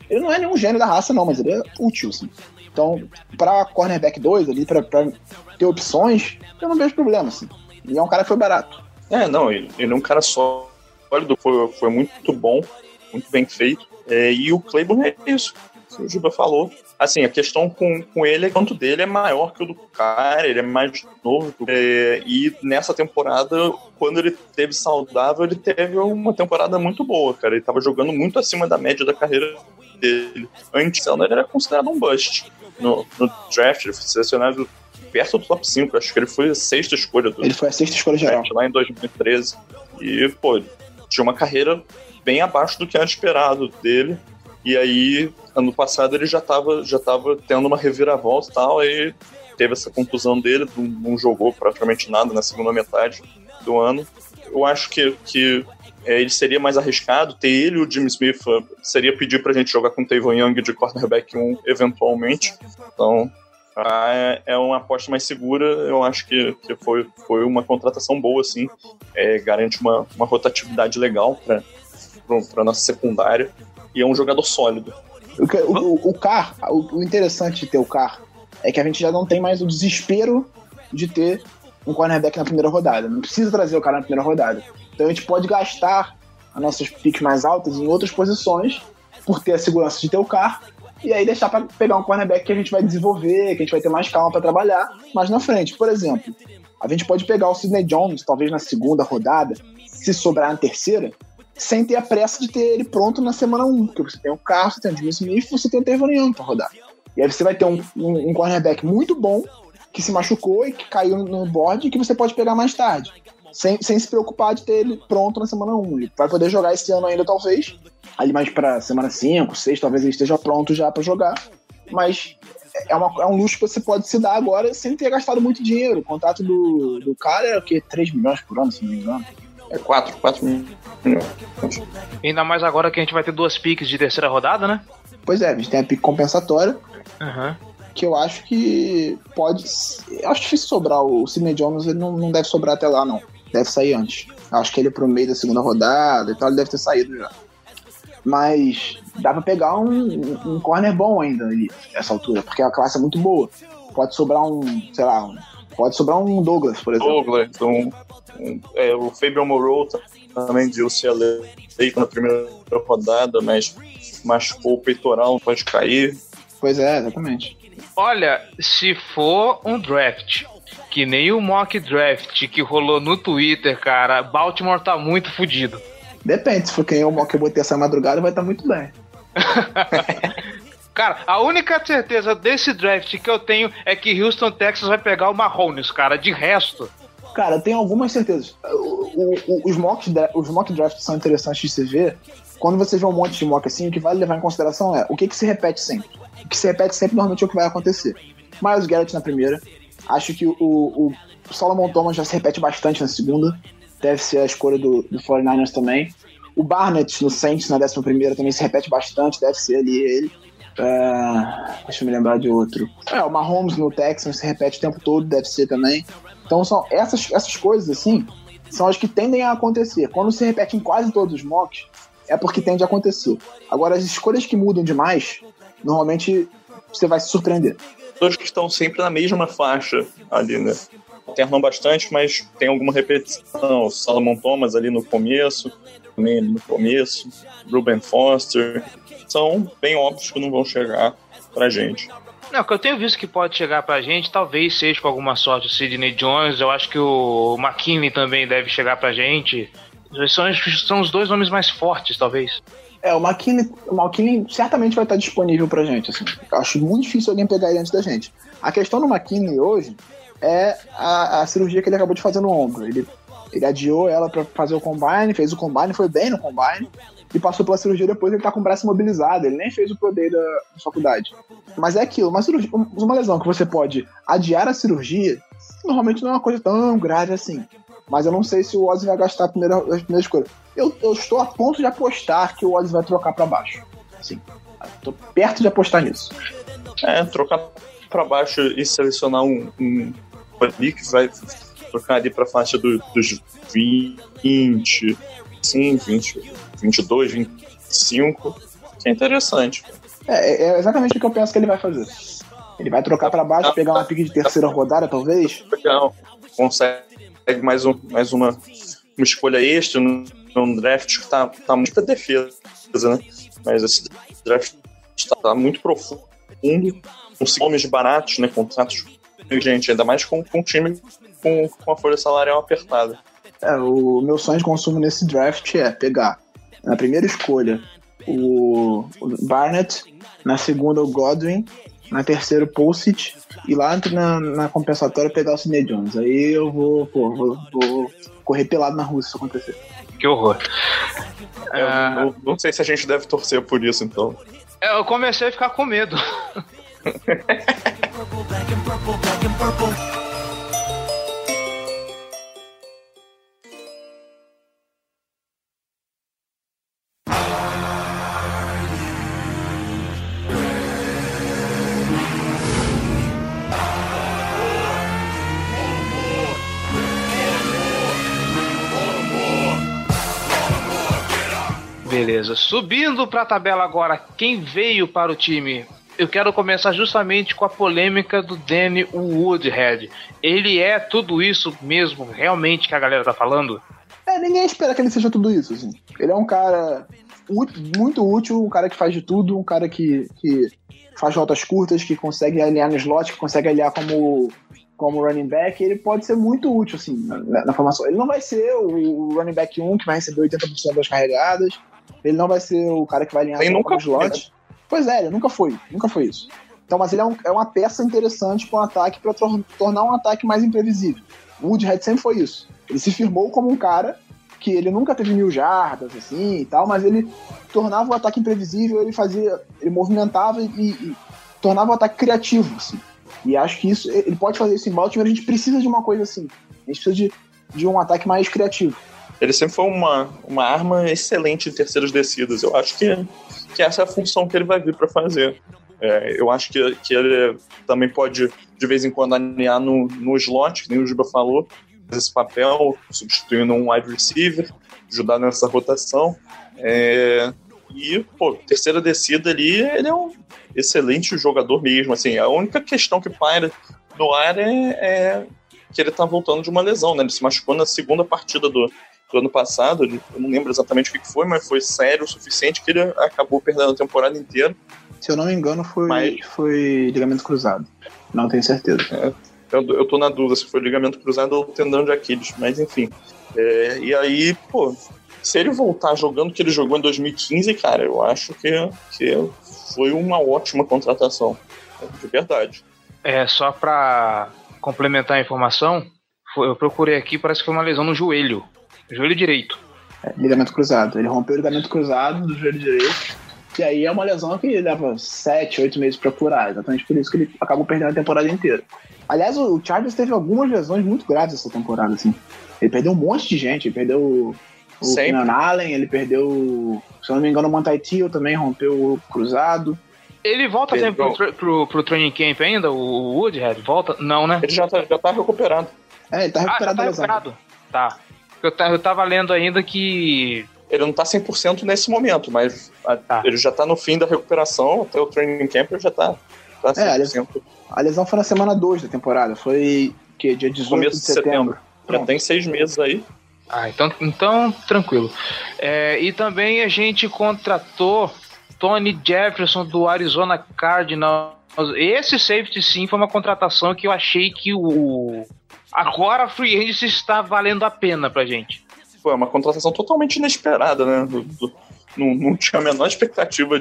Ele não é nenhum gênio da raça, não, mas ele é útil, assim. Então, pra cornerback 2 ali, pra ter opções, eu não vejo problema, assim. E é um cara que foi barato. Não, ele é um cara sólido, foi muito bom, muito bem feito. E o Claiborne é isso que o Juba falou. Assim, a questão com ele é que o quanto dele é maior que o do cara, ele é mais novo. E nessa temporada, quando ele teve saudável, ele teve uma temporada muito boa, cara. Ele tava jogando muito acima da média da carreira dele. Antes, ele era considerado um bust. No draft, ele foi selecionado perto do top 5. Acho que ele foi a sexta escolha do Ele foi a sexta escolha geral. Lá em 2013. E, pô, tinha uma carreira bem abaixo do que era esperado dele. E aí, ano passado, ele já tava tendo uma reviravolta e tal, aí teve essa contusão dele, não jogou praticamente nada na segunda metade do ano. Eu acho que ele seria mais arriscado, ter ele e o Jimmy Smith seria pedir pra gente jogar com o Tavon Young de cornerback 1, eventualmente. Então, é uma aposta mais segura, eu acho que foi uma contratação boa, assim, garante uma rotatividade legal pra nossa secundária. E é um jogador sólido. O interessante de ter o Carr é que a gente já não tem mais o desespero de ter um cornerback na primeira rodada. Não precisa trazer o cara na primeira rodada. Então a gente pode gastar as nossas picks mais altas em outras posições por ter a segurança de ter o Carr e aí deixar para pegar um cornerback que a gente vai desenvolver, que a gente vai ter mais calma para trabalhar mais na frente. Por exemplo, a gente pode pegar o Sidney Jones, talvez na segunda rodada, se sobrar na terceira, sem ter a pressa de ter ele pronto na semana 1, porque você tem o Carr, você tem o Jimmy Smith, você tem o Tavon Young pra rodar. E aí você vai ter um cornerback muito bom, que se machucou e que caiu no board e que você pode pegar mais tarde, sem se preocupar de ter ele pronto na semana 1. Ele vai poder jogar esse ano ainda, talvez, ali mais pra semana 5, 6, talvez ele esteja pronto já pra jogar, mas é um luxo que você pode se dar agora sem ter gastado muito dinheiro. O contrato do cara é o quê? 3 milhões por ano, se não me engano. 4 milhões. Ainda mais agora que a gente vai ter 2 picks de terceira rodada, né? Pois é, a gente tem a pick compensatória, que eu acho que pode... Eu acho difícil sobrar. O Sidney Jones, ele não deve sobrar até lá, não. Deve sair antes. Eu acho que ele é pro meio da segunda rodada e tal, ele deve ter saído já. Mas dá pra pegar um corner bom ainda ali, nessa altura, porque a classe é muito boa. Pode sobrar pode sobrar um Douglas, por exemplo. Douglas, o Fabian Moreau também de UCLA na primeira rodada, mas machucou o peitoral, pode cair. Pois é, exatamente. Olha, se for um draft que nem o mock draft que rolou no Twitter, cara, Baltimore tá muito fodido. Depende, se for quem eu botei essa madrugada, vai estar muito bem. Cara, a única certeza desse draft que eu tenho é que Houston, Texas vai pegar o Mahomes, cara. De resto... Cara, tem algumas certezas. Os mock drafts são interessantes de se ver. Quando você vê um monte de mock assim, o que vale levar em consideração é o que se repete sempre. O que se repete sempre normalmente é o que vai acontecer. Myles Garrett na primeira. Acho que o Solomon Thomas já se repete bastante na segunda. Deve ser a escolha do 49ers também. O Barnett no Saints na 11ª também se repete bastante. Deve ser ali ele. Deixa eu me lembrar de outro. O Mahomes no Texans se repete o tempo todo. Deve ser também. Então são essas coisas assim, são as que tendem a acontecer. Quando se repete em quase todos os mocks, é porque tende a acontecer. Agora, as escolhas que mudam demais, normalmente você vai se surpreender. Todos que estão sempre na mesma faixa ali, né? Alternam bastante, mas tem alguma repetição. O Solomon Thomas ali no começo, também ali no começo, Ruben Foster, são bem óbvios que não vão chegar pra gente. Não, o que eu tenho visto que pode chegar pra gente, talvez seja com alguma sorte o Sidney Jones, eu acho que o McKinney também deve chegar pra gente. São os 2 nomes mais fortes, talvez. O McKinney certamente vai estar disponível pra gente. Assim. Eu acho muito difícil alguém pegar ele antes da gente. A questão do McKinney hoje é a cirurgia que ele acabou de fazer no ombro. Ele adiou ela pra fazer o combine, fez o combine, foi bem no combine. E passou pela cirurgia depois, ele tá com o braço imobilizado, ele nem fez o Pro Day da faculdade. Mas é aquilo, uma lesão que você pode adiar a cirurgia, normalmente não é uma coisa tão grave assim. Mas eu não sei se o Ozzy vai gastar as primeiras coisas. Eu estou a ponto de apostar que o Ozzy vai trocar pra baixo. Assim, tô perto de apostar nisso. Trocar pra baixo e selecionar um ali que vai trocar ali pra faixa dos 20, sim, 20, 22, 25, que é interessante. É exatamente o que eu penso que ele vai fazer. Ele vai trocar pra baixo, pegar uma pick de terceira rodada, talvez. Legal. Consegue mais uma escolha extra num draft que tá muito pra defesa, né? Mas esse draft tá muito profundo, com nomes baratos, né? Contratos, gente, ainda mais com um time com a folha salarial apertada. O meu sonho de consumo nesse draft é pegar na primeira escolha o Barnett, na segunda o Godwin, na terceira o Pulisic, e lá na compensatória pegar o Sidney Jones. Aí eu vou correr pelado na rua se isso acontecer. Que horror. Eu não sei se a gente deve torcer por isso, então. Eu comecei a ficar com medo. Beleza, subindo para a tabela agora, quem veio para o time? Eu quero começar justamente com a polêmica do Danny Woodhead. Ele é tudo isso mesmo, realmente, que a galera tá falando? Ninguém espera que ele seja tudo isso, assim. Ele é um cara muito útil, um cara que faz de tudo, um cara que faz rotas curtas, que consegue alinhar no slot, que consegue alinhar como running back. Ele pode ser muito útil, assim, na formação. Ele não vai ser o running back 1 que vai receber 80% das carregadas. Ele não vai ser o cara que vai alinhar no slot. Pois é, ele nunca foi isso. Então, mas ele é uma peça interessante para um ataque, para tornar um ataque mais imprevisível. O Woodhead sempre foi isso. Ele se firmou como um cara que ele nunca teve 1000 jardas, assim, e tal, mas ele tornava o ataque imprevisível, ele movimentava e tornava o ataque criativo, assim. E acho que isso, ele pode fazer isso em Baltimore. A gente precisa de uma coisa assim. A gente precisa de um ataque mais criativo. Ele sempre foi uma arma excelente em terceiras descidas. Eu acho que essa é a função que ele vai vir para fazer. Eu acho que ele também pode, de vez em quando, alinhar no slot, que nem o Juba falou, fazer esse papel, substituindo um wide receiver, ajudar nessa rotação. E, terceira descida ali, ele é um excelente jogador mesmo. Assim, a única questão que paira no ar é que ele tá voltando de uma lesão, né? Ele se machucou na segunda partida do ano passado. Eu não lembro exatamente o que foi, mas foi sério o suficiente que ele acabou perdendo a temporada inteira. Se eu não me engano, foi ligamento cruzado. Não tenho certeza. Eu tô na dúvida se foi ligamento cruzado ou tendão de Aquiles, mas enfim. E aí, se ele voltar jogando o que ele jogou em 2015, cara, eu acho que foi uma ótima contratação. De verdade. Só pra complementar a informação, eu procurei aqui, parece que foi uma lesão no joelho direito. Ligamento cruzado. Ele rompeu o ligamento cruzado do joelho direito, que aí é uma lesão que leva 7, 8 meses pra curar. Exatamente por isso que ele acabou perdendo a temporada inteira. Aliás, o Chargers teve algumas lesões muito graves essa temporada, assim. Ele perdeu um monte de gente. Ele perdeu o Keenan Allen, ele perdeu, se eu não me engano, o Manti Te'o também rompeu o cruzado. Ele volta sempre pro training camp ainda, o Woodhead? Volta? Não, né? Ele já tá recuperado. Ele tá recuperado. Recuperado? Tá. Eu tava lendo ainda que... Ele não tá 100% nesse momento, mas ele já tá no fim da recuperação, até o training camp ele já tá 100%. A lesão foi na semana 2 da temporada, foi dia 18 Começo de setembro. Já tem 6 meses aí. Então tranquilo. E também a gente contratou Tony Jefferson do Arizona Cardinals. Esse safety sim foi uma contratação que eu achei que agora a free agency está valendo a pena pra gente. Foi uma contratação totalmente inesperada, né? Não tinha a menor expectativa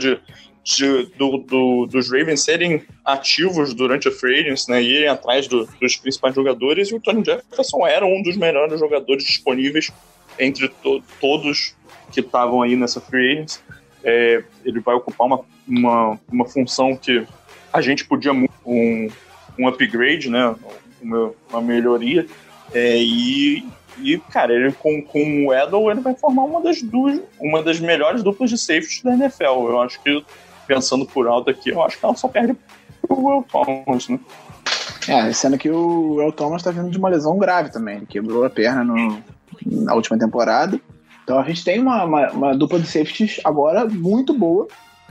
dos Ravens serem ativos durante a free agency, né? Irem atrás dos principais jogadores, e o Tony Jefferson era um dos melhores jogadores disponíveis entre todos que estavam aí nessa free agency. Ele vai ocupar uma função que a gente podia muito, um upgrade, né? Uma melhoria. E, cara, ele com o Edel, ele vai formar uma das melhores duplas de safety da NFL. Eu acho que, pensando por alto aqui, eu acho que ela só perde pro Will Thomas, né? Sendo que o Will Thomas tá vindo de uma lesão grave também. Ele quebrou a perna na última temporada. Então a gente tem uma dupla de safeties agora muito boa.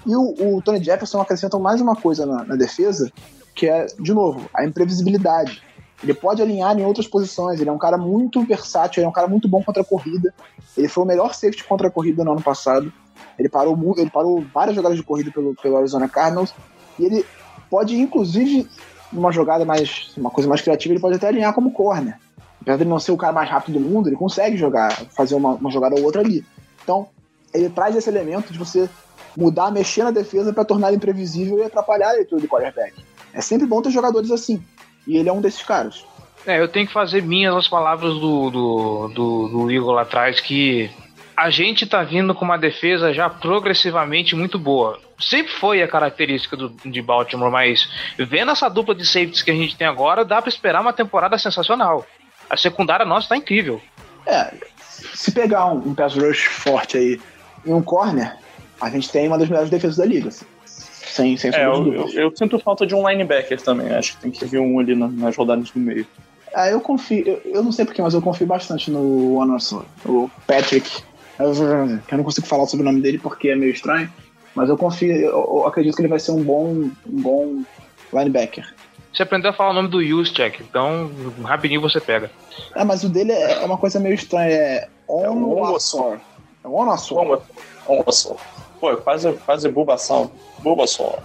E o Tony Jefferson acrescenta mais uma coisa na defesa, que é, de novo, a imprevisibilidade. Ele pode alinhar em outras posições, ele é um cara muito versátil, ele é um cara muito bom contra a corrida. Ele foi o melhor safety contra a corrida no ano passado. Ele parou várias jogadas de corrida pelo Arizona Cardinals. E ele pode, inclusive, uma coisa mais criativa, ele pode até alinhar como corner. Apesar de ele não ser o cara mais rápido do mundo, ele consegue fazer uma jogada ou outra ali. Então, ele traz esse elemento de você mudar, mexer na defesa para tornar ele imprevisível e atrapalhar a leitura do quarterback. É sempre bom ter jogadores assim. E ele é um desses caras. Eu tenho que fazer minhas as palavras do Igor lá atrás, que a gente tá vindo com uma defesa já progressivamente muito boa. Sempre foi a característica de Baltimore, mas vendo essa dupla de safeties que a gente tem agora, dá pra esperar uma temporada sensacional. A secundária nossa tá incrível. Se pegar um pass rush forte aí e um corner, a gente tem uma das melhores defesas da liga, assim. Sem eu sinto falta de um linebacker também. Acho que tem que vir um ali nas rodadas do meio. Eu confio. Eu não sei porquê, mas eu confio bastante no Anderson, o Patrick. Eu não consigo falar sobre o nome dele porque é meio estranho. Mas eu confio. Eu acredito que ele vai ser um bom linebacker. Você aprendeu a falar o nome do Juszczyk, então rapidinho você pega. Mas o dele é uma coisa meio estranha. É Onwuasor. É Onwuasor. Pô, é quase Bulbasaur. Bulbasaur.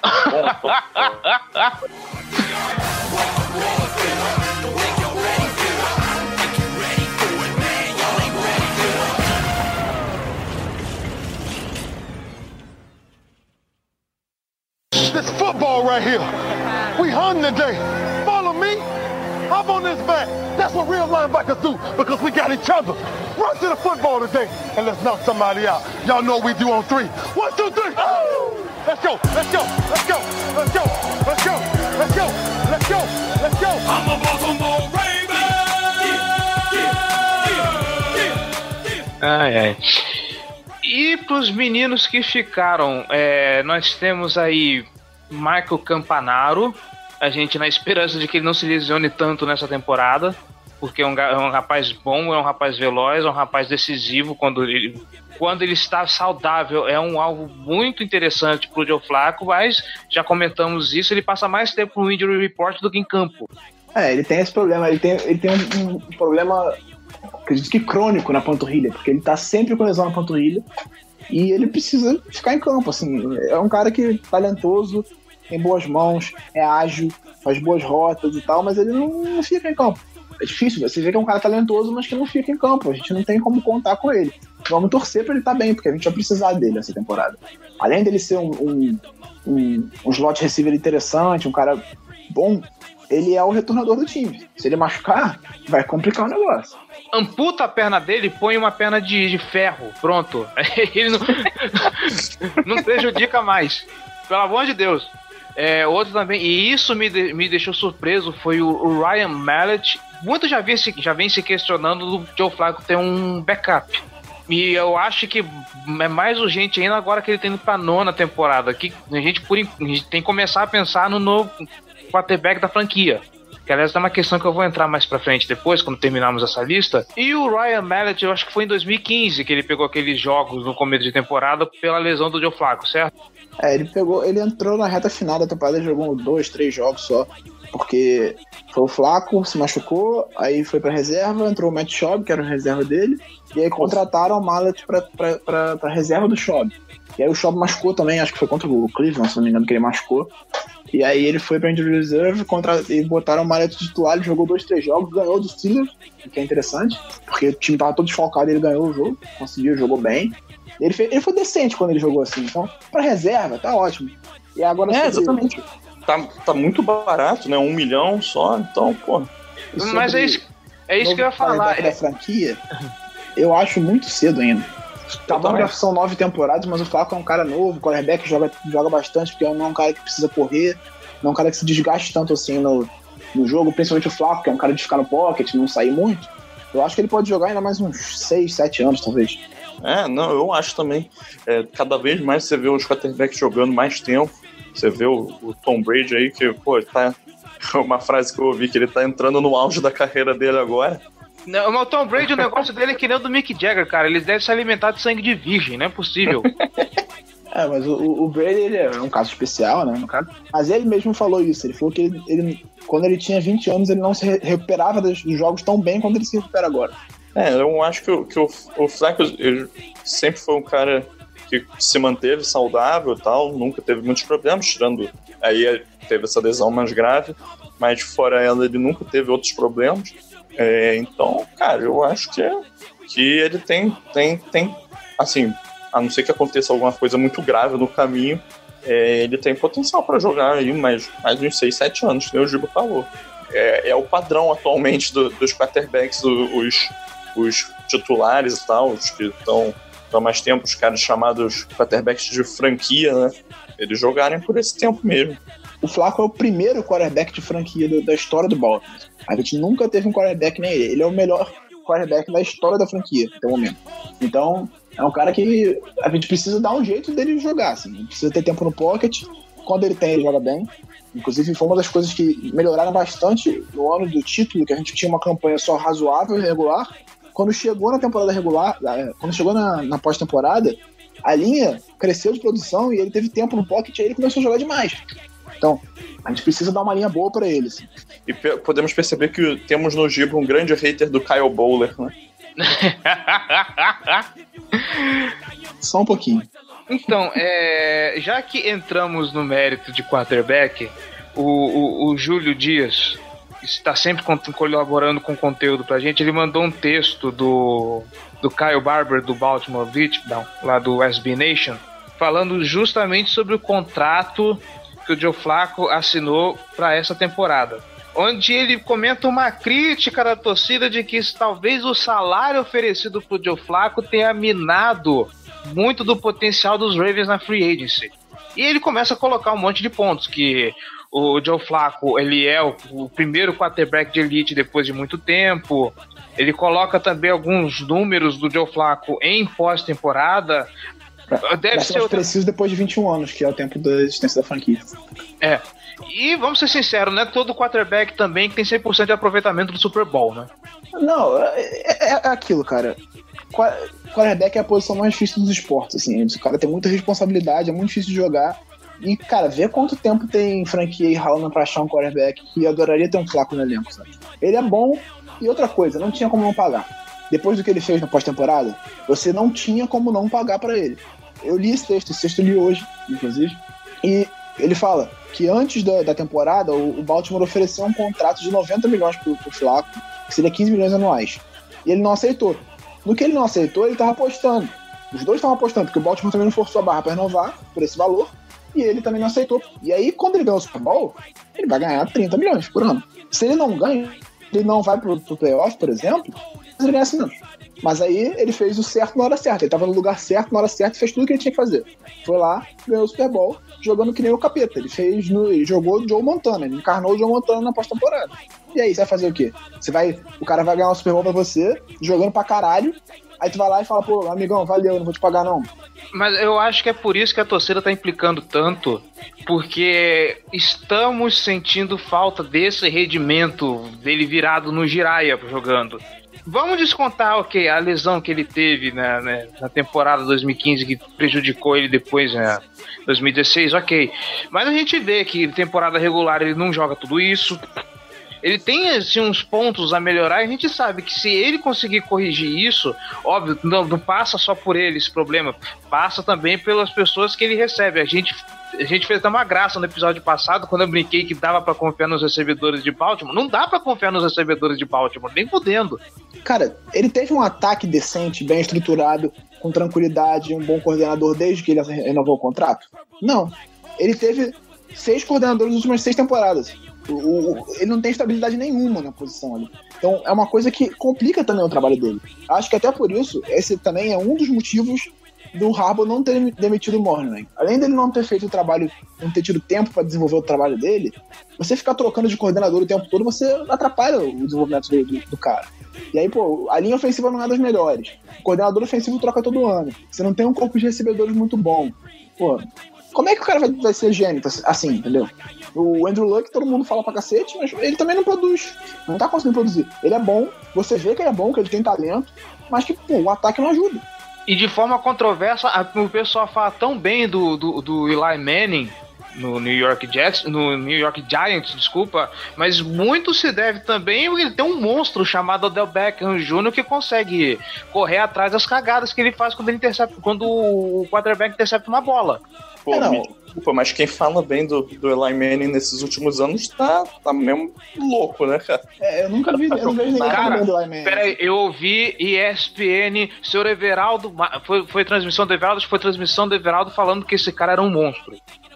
This football right here. We hung today. Follow me. Hop on this back. That's what real linebackers do because we got each other. Run to the football today and let's knock somebody out. Y'all know what we do on 3. 1, 2, 3. Oh! Let's go. Let's go. Let's go. Let's go. Let's go. Let's go. Let's go. Let's go. I'm a Baltimore Ravens. Ai. E pros meninos que ficaram, nós temos aí Michael Campanaro, a gente na esperança de que ele não se lesione tanto nessa temporada, porque é um rapaz bom, é um rapaz veloz, é um rapaz decisivo quando ele está saudável, é um alvo muito interessante pro Joe Flacco, mas já comentamos isso, ele passa mais tempo no injury report do que em campo. Ele tem esse problema, ele tem um problema, acredito que crônico na panturrilha, porque ele tá sempre com lesão na panturrilha e ele precisa ficar em campo, assim, é um cara que é talentoso, tem boas mãos, é ágil, faz boas rotas e tal, mas ele não fica em campo. É difícil, você vê que é um cara talentoso, mas que não fica em campo, a gente não tem como contar com ele. Vamos torcer pra ele estar bem, porque a gente vai precisar dele nessa temporada. Além dele ser um slot receiver interessante, um cara bom, ele é o retornador do time. Se ele machucar, vai complicar o negócio. Amputa a perna dele, põe uma perna de ferro, pronto. Ele não prejudica mais. Pelo amor de Deus. Outro também, e isso me deixou surpreso, foi o Ryan Mallett. Muitos já vem se questionando do Joe Flacco ter um backup. E eu acho que é mais urgente ainda agora que ele tá indo pra 9ª temporada. Que a gente tem que começar a pensar no novo quarterback da franquia. Que aliás é uma questão que eu vou entrar mais pra frente depois, quando terminarmos essa lista. E o Ryan Mallett, eu acho que foi em 2015 que ele pegou aqueles jogos no começo de temporada pela lesão do Joe Flacco, certo? Ele entrou na reta final da temporada e jogou 2, 3 jogos só, porque foi o Flacco, se machucou, aí foi pra reserva, entrou o Matt Schaub, que era a reserva dele, e aí contrataram o Mallett pra reserva do Schaub. E aí o Schaub machucou também, acho que foi contra o Cleveland, se não me engano, que ele machucou. E aí ele foi pra injury reserve e botaram o Mallett titular, ele jogou 2, 3 jogos, ganhou do Steelers, o que é interessante, porque o time tava todo desfalcado e ele ganhou o jogo, jogou bem. Ele foi decente quando ele jogou assim, então pra reserva tá ótimo. E agora exatamente. Tá muito barato, né? 1 milhão só, então, pô. Mas é isso que eu ia falar. Da franquia, eu acho muito cedo ainda. Tá bom que são 9 temporadas, mas o Flacco é um cara novo, o quarterback joga bastante, porque não é um cara que precisa correr, não é um cara que se desgaste tanto assim no jogo, principalmente o Flacco, que é um cara de ficar no pocket, não sair muito. Eu acho que ele pode jogar ainda mais uns 6, 7 anos, talvez. Eu acho também. Cada vez mais você vê os quarterbacks jogando mais tempo. Você vê o Tom Brady aí, que, pô, tá. Uma frase que eu ouvi, que ele tá entrando no auge da carreira dele agora. Não, mas o Tom Brady, o negócio dele é que nem o do Mick Jagger, cara. Eles devem se alimentar de sangue de virgem, não é possível. Mas o Brady, ele é um caso especial, né? Mas ele mesmo falou isso. Ele falou que ele quando ele tinha 20 anos, ele não se recuperava dos jogos tão bem quanto ele se recupera agora. Eu acho que o Flacco ele sempre foi um cara que se manteve saudável e tal, nunca teve muitos problemas, tirando... Aí teve essa lesão mais grave, mas fora ela, ele nunca teve outros problemas. Então, cara, eu acho que ele tem assim, a não ser que aconteça alguma coisa muito grave no caminho, ele tem potencial para jogar aí mais uns 6, 7 anos, que o Gibo falou. É o padrão atualmente dos quarterbacks, os titulares e tal, os que estão há mais tempo, os caras chamados quarterbacks de franquia, né? Eles jogarem por esse tempo mesmo. O Flacco é o primeiro quarterback de franquia da história do Baltimore. A gente nunca teve um quarterback nem ele. Ele é o melhor quarterback da história da franquia, até o momento. Então, é um cara que a gente precisa dar um jeito dele jogar, assim. A gente precisa ter tempo no pocket. Quando ele tem, ele joga bem. Inclusive, foi uma das coisas que melhoraram bastante no ano do título, que a gente tinha uma campanha só razoável e regular. Quando chegou na temporada regular, quando chegou na pós-temporada, a linha cresceu de produção e ele teve tempo no pocket e aí ele começou a jogar demais. Então, a gente precisa dar uma linha boa pra ele. Assim. E podemos perceber que temos no Gibo um grande hater do Kyle Bowler, né? Só um pouquinho. Então, já que entramos no mérito de quarterback, o Júlio Dias está sempre colaborando com conteúdo pra gente. Ele mandou um texto do Kyle Barber, do Baltimore Beatdown, lá do SB Nation, falando justamente sobre o contrato que o Joe Flacco assinou para essa temporada, onde ele comenta uma crítica da torcida de que talvez o salário oferecido pro Joe Flacco tenha minado muito do potencial dos Ravens na free agency. E ele começa a colocar um monte de pontos, que o Joe Flacco, ele é o primeiro quarterback de elite depois de muito tempo. Ele coloca também alguns números do Joe Flacco em pós-temporada. Deve ser preciso depois de 21 anos, que é o tempo da existência da franquia. E vamos ser sinceros, não é todo quarterback também que tem 100% de aproveitamento do Super Bowl, né? Não, é aquilo, cara. Quarterback é a posição mais difícil dos esportes, assim. O cara tem muita responsabilidade, é muito difícil de jogar. E, cara, vê quanto tempo tem franquia aí ralando pra achar um quarterback que adoraria ter um Flacco no elenco, sabe? Ele é bom, e outra coisa, não tinha como não pagar. Depois do que ele fez na pós-temporada, você não tinha como não pagar pra ele. Eu li esse texto eu li hoje, inclusive, e ele fala que antes da temporada, o Baltimore ofereceu um contrato de 90 milhões pro Flacco, que seria 15 milhões anuais. E ele não aceitou. No que ele não aceitou, ele tava apostando. Os dois estavam apostando, porque o Baltimore também não forçou a barra pra renovar por esse valor, e ele também não aceitou. E aí, quando ele ganhar o Super Bowl, ele vai ganhar 30 milhões por ano. Se ele não ganha, ele não vai pro playoff, por exemplo, ele ganha assim menos. Mas aí ele fez o certo na hora certa. Ele tava no lugar certo, na hora certa, e fez tudo o que ele tinha que fazer. Foi lá, ganhou o Super Bowl, jogando que nem o capeta. Ele jogou o Joe Montana, ele encarnou o Joe Montana na pós-temporada. E aí, você vai fazer o quê? O cara vai ganhar o Super Bowl pra você, jogando pra caralho, aí tu vai lá e fala, pô, amigão, valeu, não vou te pagar não. Mas eu acho que é por isso que a torcida tá implicando tanto, porque estamos sentindo falta desse rendimento dele virado no giraia jogando. Vamos descontar, a lesão que ele teve na temporada 2015, que prejudicou ele depois, 2016, ok. Mas a gente vê que temporada regular ele não joga tudo isso. Ele tem assim, uns pontos a melhorar, e a gente sabe que se ele conseguir corrigir isso, óbvio, não passa só por ele esse problema, passa também pelas pessoas que ele recebe. A gente fez uma graça no episódio passado, quando eu brinquei que dava pra confiar nos recebedores de Baltimore. Não dá pra confiar nos recebedores de Baltimore, nem podendo. Cara, ele teve um ataque decente, bem estruturado, com tranquilidade, um bom coordenador desde que ele renovou o contrato? Não. Ele teve 6 coordenadores nas últimas 6 temporadas. Ele não tem estabilidade nenhuma na posição ali. Então é uma coisa que complica também o trabalho dele. Acho que até por isso, esse também é um dos motivos do Harbaugh não ter demitido o Moorhead. Além dele não ter feito o trabalho, não ter tido tempo para desenvolver o trabalho dele, você ficar trocando de coordenador o tempo todo, você atrapalha o desenvolvimento do cara. E aí, pô, a linha ofensiva não é das melhores. O coordenador ofensivo troca todo ano. Você não tem um corpo de recebedores muito bom. Pô, como é que o cara vai ser gênio assim, entendeu? O Andrew Luck, todo mundo fala pra cacete, mas ele também não produz. Não tá conseguindo produzir. Ele é bom, você vê que ele é bom, que ele tem talento, mas que, pô, o ataque não ajuda. E de forma controversa, o pessoal fala tão bem do Eli Manning no New York Giants, desculpa, mas muito se deve também ele ter um monstro chamado Odell Beckham Jr. que consegue correr atrás das cagadas que ele faz quando o quarterback intercepta uma bola. Pô, me desculpa, mas quem fala bem do Eli Manning nesses últimos anos tá mesmo louco, né, cara? Eu nunca vi, eu não vejo ninguém falando do Eli Manning. Peraí, eu ouvi ESPN, senhor Everaldo, foi transmissão do Everaldo, foi transmissão do Everaldo falando que esse cara era um monstro.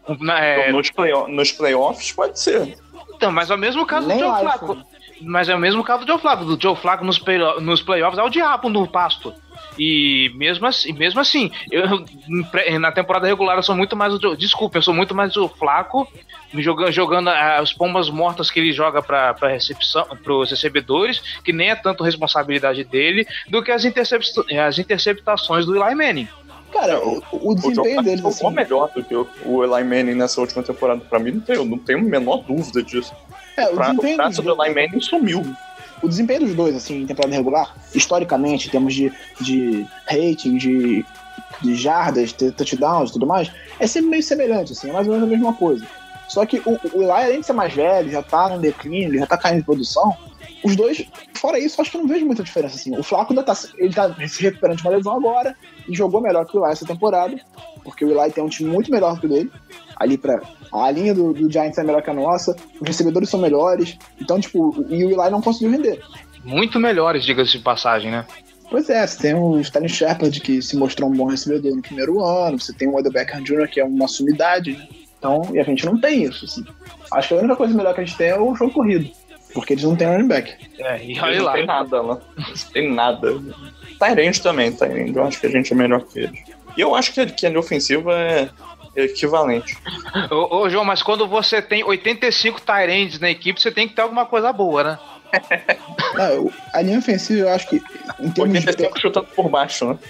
Nos playoffs pode ser. Então, mas é o mesmo caso do Joe Flacco. Mas é o mesmo caso do Joe Flacco. Do Joe Flacco nos playoffs é o diabo no pasto. E mesmo assim, na temporada regular eu sou muito mais eu sou muito mais o Flacco jogando as pombas mortas que ele joga para os recebedores, que nem é tanto responsabilidade dele, do que as interceptações do Eli Manning. Cara, o desempenho deles jogou melhor do que o Eli Manning nessa última temporada. Pra mim, não tenho a menor dúvida disso. O desempenho do Eli Manning sumiu. O desempenho dos dois, assim, em temporada regular, historicamente, em termos de rating, de jardas, touchdowns e tudo mais, é sempre meio semelhante, assim, é mais ou menos a mesma coisa. Só que o Eli, além de ser mais velho, já tá no declínio, ele já tá caindo de produção, os dois, fora isso, acho que eu não vejo muita diferença, assim. O Flacco ainda tá se recuperando de uma lesão agora e jogou melhor que o Eli essa temporada, porque o Eli tem um time muito melhor que o dele, ali a linha do Giants é melhor que a nossa, os recebedores são melhores, então, tipo, e o Eli não conseguiu render. Muito melhores, diga-se de passagem, né? Pois é, você tem o Sterling Shepard, que se mostrou um bom recebedor no primeiro ano, você tem o Odell Beckham Jr., que é uma sumidade, né? Então, e a gente não tem isso, assim. Acho que a única coisa melhor que a gente tem é o jogo corrido, porque eles não têm running back. E olha lá. Não tem nada lá. Não tem nada. Tyrande também, eu acho que a gente é melhor que eles. E eu acho que a linha ofensiva é equivalente. Ô, João, mas quando você tem 85 Tyrands na equipe, você tem que ter alguma coisa boa, né? Não, a linha ofensiva, eu acho que em termos 85 chutando por baixo, né?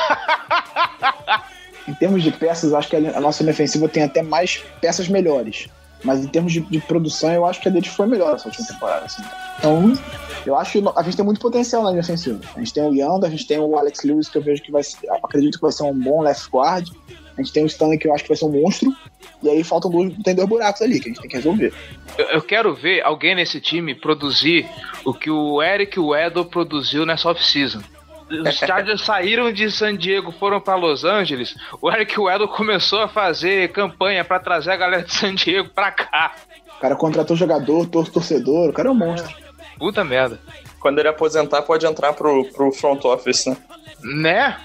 Em termos de peças, eu acho que a nossa linha ofensiva tem até mais peças melhores. Mas em termos de produção, eu acho que a deles foi melhor essa última temporada. Assim. Então, eu acho que a gente tem muito potencial na linha ofensiva. A gente tem o Young, a gente tem o Alex Lewis, que eu vejo que acredito que vai ser um bom left guard. A gente tem o Stanley, que eu acho que vai ser um monstro. E aí tem dois buracos ali que a gente tem que resolver. Eu quero ver alguém nesse time produzir o que o Eric Weddle produziu nessa off-season. Os Chargers saíram de San Diego, foram para Los Angeles. O Eric Weddle começou a fazer campanha para trazer a galera de San Diego pra cá. O cara contratou jogador, torcedor, o cara é um monstro. Puta merda. Quando ele aposentar, pode entrar pro front office, né? Né?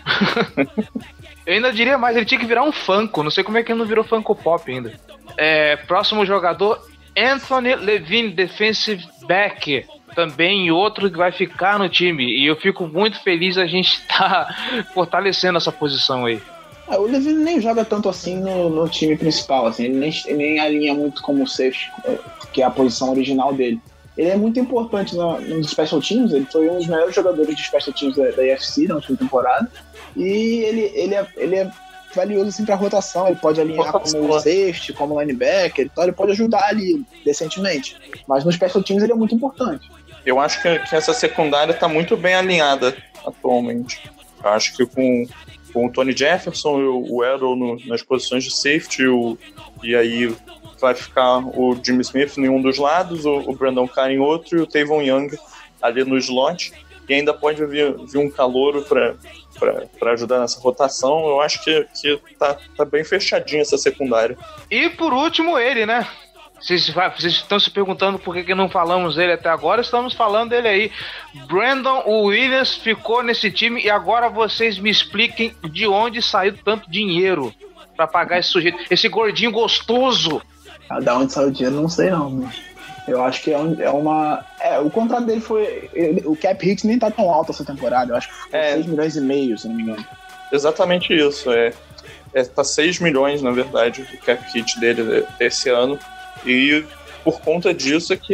Eu ainda diria mais, ele tinha que virar um Funko. Não sei como é que ele não virou Funko Pop ainda. Próximo jogador, Anthony Levine, defensive back. Também outro que vai ficar no time. E eu fico muito feliz a gente tá fortalecendo essa posição aí. O Levine nem joga tanto assim no time principal. Assim, ele nem alinha muito como safety, que é a posição original dele. Ele é muito importante nos special teams. Ele foi um dos melhores jogadores de special teams da UFC na última temporada. E ele é valioso assim, pra rotação. Ele pode alinhar como safety, como linebacker. Então ele pode ajudar ali decentemente. Mas nos special teams ele é muito importante. Eu acho que essa secundária está muito bem alinhada atualmente. Eu acho que com o Tony Jefferson e o Errol nas posições de safety, e aí vai ficar o Jimmy Smith em um dos lados, o Brandon Carr em outro e o Tavon Young ali no slot. E ainda pode vir um calouro para ajudar nessa rotação. Eu acho que tá bem fechadinha essa secundária. E por último ele, né? Vocês estão se perguntando por que não falamos dele até agora. Estamos falando dele aí. Brandon Williams ficou nesse time e agora vocês me expliquem de onde saiu tanto dinheiro para pagar esse sujeito, esse gordinho gostoso. Da onde saiu o dinheiro, não sei não, mas eu acho que o contrato dele foi... O cap hit nem tá tão alto essa temporada. Eu acho que ficou 6 milhões e meio, se não me engano. Exatamente isso. Tá 6 milhões, na verdade, o cap hit dele esse ano. E por conta disso é que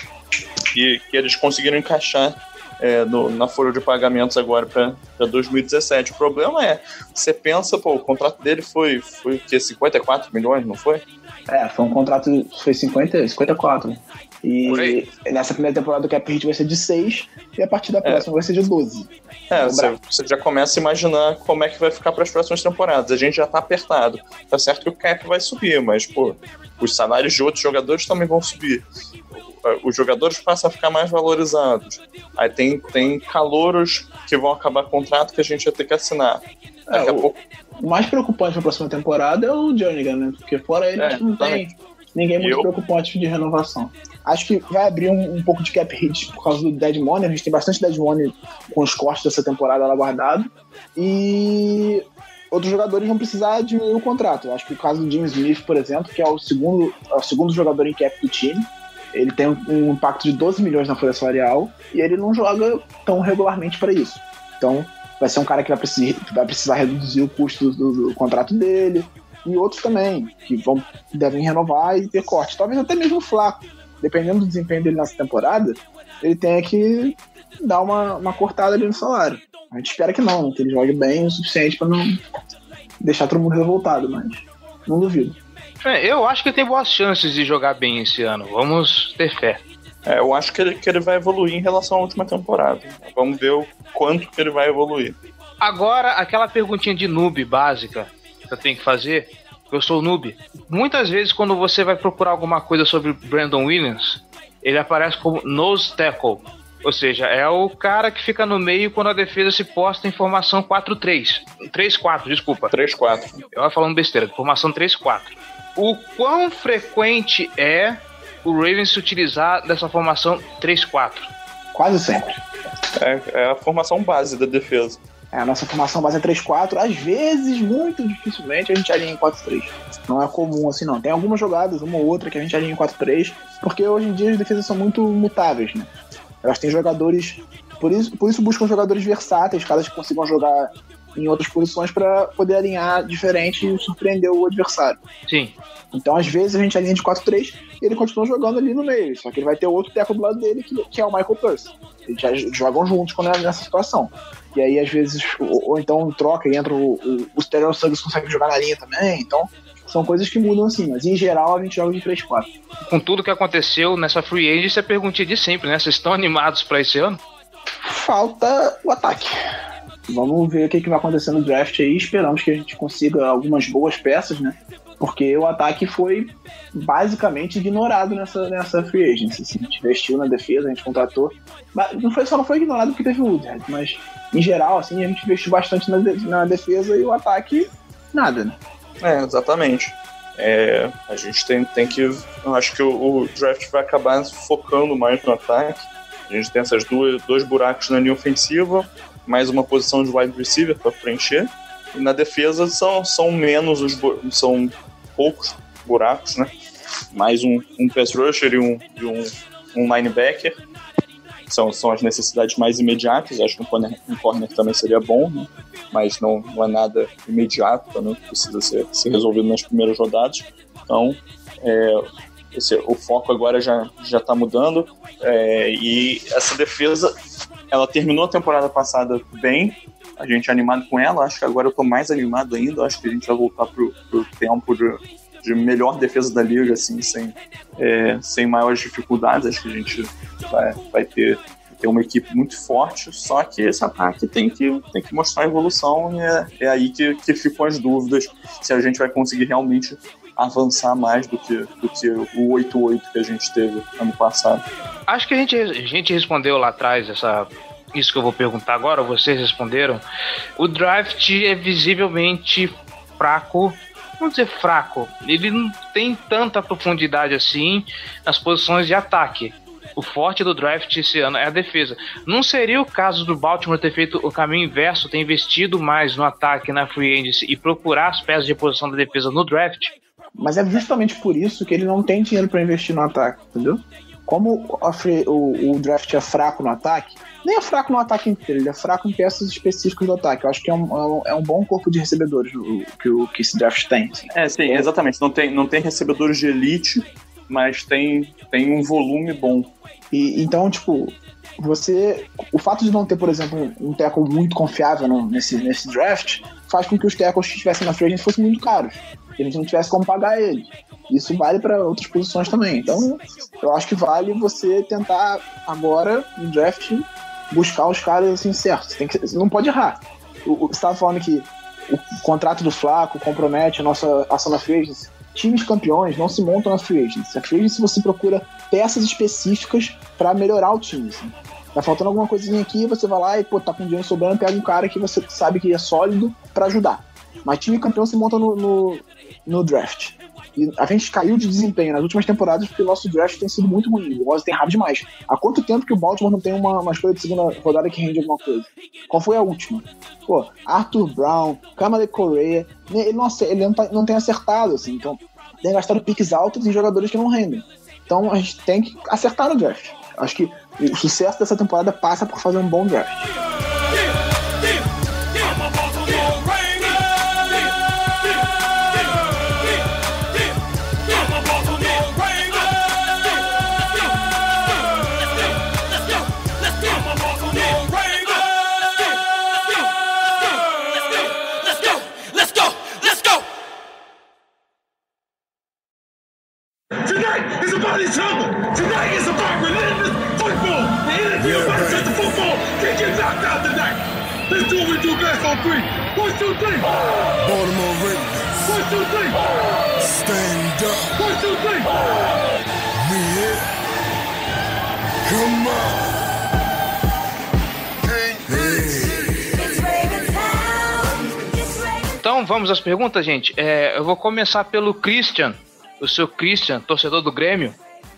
eles conseguiram encaixar na folha de pagamentos agora para 2017. O problema você pensa, o contrato dele foi o quê? 54 milhões, não foi? Foi um contrato, foi 54. E nessa primeira temporada o cap hit vai ser de 6 e a partir da próxima vai ser de 12. Você já começa a imaginar como é que vai ficar para as próximas temporadas. A gente já tá apertado. Tá certo que o cap vai subir, mas, pô, os salários de outros jogadores também vão subir. Os jogadores passam a ficar mais valorizados. Aí tem calouros que vão acabar contrato que a gente vai ter que assinar. Daqui a pouco... O mais preocupante para a próxima temporada é o Jernigan, né? Porque fora ele, acho que não tem ninguém muito preocupante de renovação. Acho que vai abrir um pouco de cap hit por causa do dead money. A gente tem bastante dead money com os cortes dessa temporada lá guardado. E outros jogadores vão precisar diminuir o contrato. Eu acho que o caso do Jimmy Smith, por exemplo, que é o segundo jogador em cap do time, ele tem um impacto de 12 milhões na folha salarial e ele não joga tão regularmente para isso. Então, vai ser um cara que vai precisar reduzir o custo do contrato dele. E outros também, que devem renovar e ter corte. Talvez até mesmo o Flaco, dependendo do desempenho dele nessa temporada, ele tenha que dar uma cortada ali no salário. A gente espera que não, que ele jogue bem o suficiente para não deixar todo mundo revoltado, mas não duvido. Eu acho que ele tem boas chances de jogar bem esse ano. Vamos ter fé. Eu acho que ele vai evoluir em relação à última temporada. Vamos ver o quanto que ele vai evoluir. Agora, aquela perguntinha de noob básica que eu tenho que fazer. Eu sou noob. Muitas vezes, quando você vai procurar alguma coisa sobre Brandon Williams, ele aparece como nose tackle. Ou seja, é o cara que fica no meio quando a defesa se posta em formação 4-3. 3-4, desculpa. 3-4. Eu ia falando besteira. Formação 3-4. O quão frequente é o Ravens se utilizar dessa formação 3-4? Quase sempre. É a formação base da defesa. A nossa formação base é 3-4. Às vezes, muito dificilmente, a gente alinha em 4-3. Não é comum assim, não. Tem algumas jogadas, uma ou outra, que a gente alinha em 4-3, porque hoje em dia as defesas são muito mutáveis, né? Elas têm jogadores... Por isso buscam jogadores versáteis, caras que consigam jogar em outras posições para poder alinhar diferente e surpreender o adversário. Sim. Então, às vezes, a gente alinha de 4-3 e ele continua jogando ali no meio. Só que ele vai ter outro teco do lado dele, que é o Michael Pierce. Eles já jogam juntos quando é nessa situação. E aí, às vezes, ou então troca e entra o Terrell Suggs consegue jogar na linha também. Então, são coisas que mudam assim. Mas, em geral, a gente joga de 3-4. Com tudo que aconteceu nessa free agency, é a perguntinha de sempre, né? Vocês estão animados para esse ano? Falta o ataque. Vamos ver o que vai acontecer no draft aí. Esperamos que a gente consiga algumas boas peças, né? Porque o ataque foi basicamente ignorado nessa free agency. Assim, a gente investiu na defesa, a gente contratou. Só não foi ignorado porque teve o Woodhead, mas em geral, assim, a gente investiu bastante na defesa e o ataque, nada, né? Exatamente. A gente tem que... Eu acho que o draft vai acabar focando mais no ataque. A gente tem esses dois buracos na linha ofensiva, mais uma posição de wide receiver para preencher. E na defesa são menos são poucos buracos, né? Mais um pass rusher e um linebacker. São as necessidades mais imediatas. Acho que um corner também seria bom, né? Mas não é nada imediato também, que precisa ser resolvido nas primeiras rodadas. Então, o foco agora já está mudando. E essa defesa, ela terminou a temporada passada bem. A gente é animado com ela, acho que agora eu tô mais animado ainda, acho que a gente vai voltar pro tempo de melhor defesa da liga, assim, sem maiores dificuldades. Acho que a gente vai ter uma equipe muito forte, só que esse ataque tem que mostrar evolução, e é aí que ficam as dúvidas se a gente vai conseguir realmente avançar mais do que o 8-8 que a gente teve ano passado. Acho que a gente respondeu lá atrás isso que eu vou perguntar agora, vocês responderam. O draft é visivelmente fraco. Vamos dizer fraco. Ele não tem tanta profundidade assim nas posições de ataque. O forte do draft esse ano é a defesa. Não seria o caso do Baltimore ter feito o caminho inverso, ter investido mais no ataque na free agency e procurar as peças de reposição da defesa no draft? Mas é justamente por isso que ele não tem dinheiro para investir no ataque, entendeu? Como o draft é fraco no ataque, nem é fraco no ataque inteiro, ele é fraco em peças específicas do ataque. Eu acho que é um bom corpo de recebedores que esse draft tem. Sim, exatamente. Não tem recebedores de elite, mas tem um volume bom. E, então, tipo, o fato de não ter, por exemplo, um tackle muito confiável nesse draft faz com que os tackles que estivessem na free agency fossem muito caros. que a gente não tivesse como pagar ele. Isso vale para outras posições também. Então, eu acho que vale você tentar agora, no draft, buscar os caras assim certos. Você não pode errar. Você estava falando que o contrato do Flaco compromete a nossa ação na free agency. Times campeões não se montam na free agency. Na free agency você procura peças específicas para melhorar o time. Assim. Tá faltando alguma coisinha aqui, você vai lá e tá com dinheiro sobrando, pega um cara que você sabe que é sólido para ajudar. Mas time campeão se monta no draft. E a gente caiu de desempenho nas últimas temporadas porque o nosso draft tem sido muito ruim. O Ozzy tem errado demais. Há quanto tempo que o Baltimore não tem uma escolha de segunda rodada que rende alguma coisa? Qual foi a última? Pô, Arthur Brown, Kamale Correa, ele não tem acertado, assim. Então, tem gastado piques altos em jogadores que não rendem. Então, a gente tem que acertar no draft. Acho que o sucesso dessa temporada passa por fazer um bom draft. Tonight is about each other. Tonight is about relentless football. The energy of Manchester football can get knocked out tonight. Let's do what we do best on 3. 1, 2, 3. Baltimore Ravens. 1, 2, 3. Stand up. 1, 2, 3. We here. Come on. Então vamos às perguntas, gente. Eu vou começar pelo Christian. O seu Christian, torcedor do Grêmio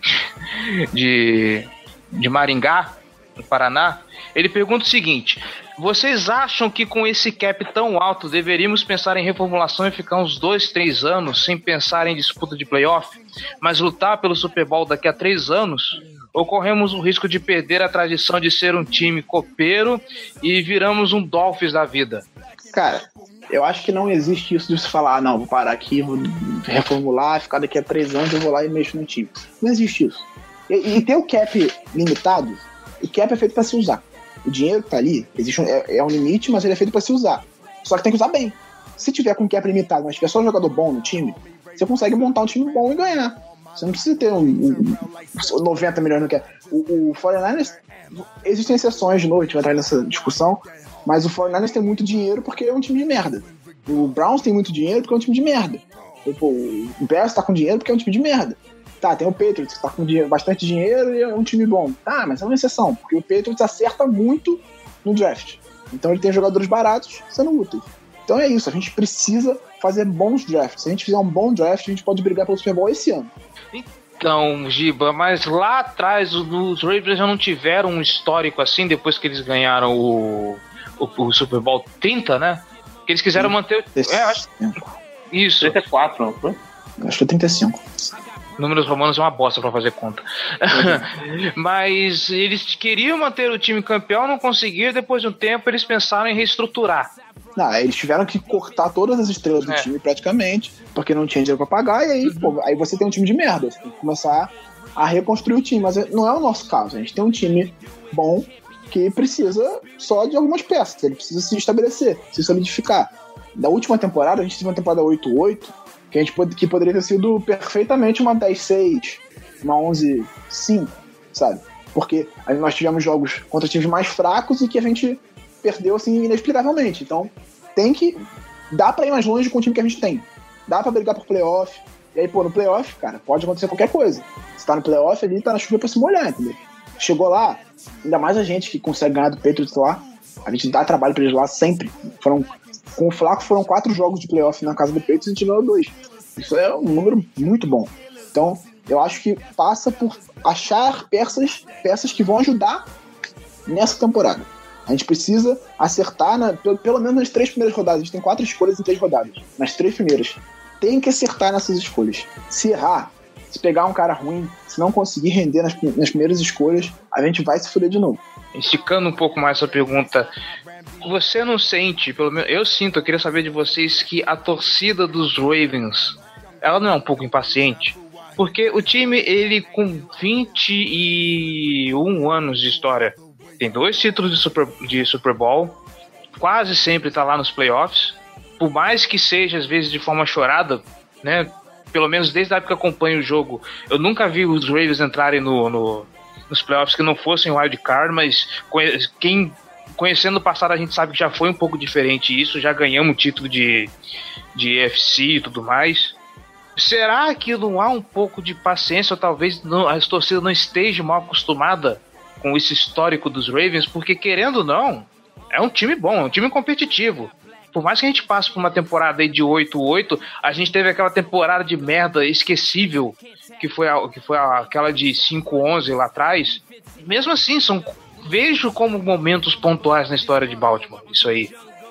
de Maringá, no Paraná. Ele pergunta o seguinte: vocês acham que com esse cap tão alto deveríamos pensar em reformulação e ficar uns 2-3 anos sem pensar em disputa de playoff, mas lutar pelo Super Bowl daqui a 3 anos? Ou corremos o risco de perder a tradição de ser um time copeiro e viramos um Dolphins da vida? Cara, eu acho que não existe isso de se falar, não, vou parar aqui, vou reformular, ficar daqui a 3 anos, eu vou lá e mexo no time. Não existe isso. E ter o cap limitado, o cap é feito para se usar. O dinheiro que tá ali, existe um limite, mas ele é feito para se usar. Só que tem que usar bem. Se tiver com cap limitado, mas tiver só um jogador bom no time, você consegue montar um time bom e ganhar. Você não precisa ter 90 milhões no cap. O 49ers, existem exceções, de novo, a gente vai entrar nessa discussão, mas o 49ers tem muito dinheiro porque é um time de merda. O Browns tem muito dinheiro porque é um time de merda. O Bears tá com dinheiro porque é um time de merda. Tá, tem o Patriots que tá com bastante dinheiro e é um time bom. Tá, mas é uma exceção, porque o Patriots acerta muito no draft. Então ele tem jogadores baratos sendo úteis. Então é isso, a gente precisa fazer bons drafts. Se a gente fizer um bom draft, a gente pode brigar pelo Super Bowl esse ano. Então, Giba, mas lá atrás os Ravens já não tiveram um histórico assim depois que eles ganharam o Super Bowl 30, né? Que eles quiseram manter... acho... Isso. 34, não foi? Acho que foi 35. Números romanos é uma bosta pra fazer conta. Mas eles queriam manter o time campeão, não conseguiram. Depois de um tempo eles pensaram em reestruturar. Não, eles tiveram que cortar todas as estrelas do time praticamente, porque não tinha dinheiro pra pagar. E aí, aí você tem um time de merda. Você tem que começar a reconstruir o time. Mas não é o nosso caso. A gente tem um time bom que precisa só de algumas peças. Ele precisa se estabelecer, se solidificar. Da última temporada, a gente teve uma temporada 8-8, que poderia ter sido perfeitamente uma 10-6, uma 11-5, sabe? Porque aí nós tivemos jogos contra times mais fracos e que a gente perdeu, assim, inexplicavelmente. Então, dá pra ir mais longe com o time que a gente tem. Dá pra brigar por playoff. E aí, no playoff, cara, pode acontecer qualquer coisa. Você tá no playoff ali, tá na chuva pra se molhar, entendeu? Chegou lá, ainda mais a gente que consegue ganhar do Patriots lá, a gente dá trabalho pra eles lá sempre. Com o Flaco foram 4 jogos de playoff na casa do Patriots e a gente ganhou 2. Isso é um número muito bom. Então, eu acho que passa por achar peças que vão ajudar nessa temporada. A gente precisa acertar, pelo menos nas 3 primeiras rodadas. A gente tem 4 escolhas em 3 rodadas. Nas 3 primeiras. Tem que acertar nessas escolhas. Se errar, se pegar um cara ruim, se não conseguir render nas primeiras escolhas, a gente vai se fuder de novo. Esticando um pouco mais essa pergunta, você não sente, pelo menos eu sinto, eu queria saber de vocês, que a torcida dos Ravens, ela não é um pouco impaciente? Porque o time, ele com 21 anos de história, tem 2 títulos de Super Bowl, quase sempre tá lá nos playoffs, por mais que seja às vezes de forma chorada, né? Pelo menos desde a época que eu acompanho o jogo, eu nunca vi os Ravens entrarem nos playoffs que não fossem wild card, mas conhecendo o passado a gente sabe que já foi um pouco diferente isso, já ganhamos o título de AFC e tudo mais. Será que não há um pouco de paciência, ou talvez a torcida não esteja mal acostumada com esse histórico dos Ravens? Porque, querendo ou não, é um time bom, é um time competitivo. Por mais que a gente passe por uma temporada aí de 8-8, a gente teve aquela temporada de merda esquecível, que foi aquela de 5-11 lá atrás. Mesmo assim, vejo como momentos pontuais na história de Baltimore, isso aí.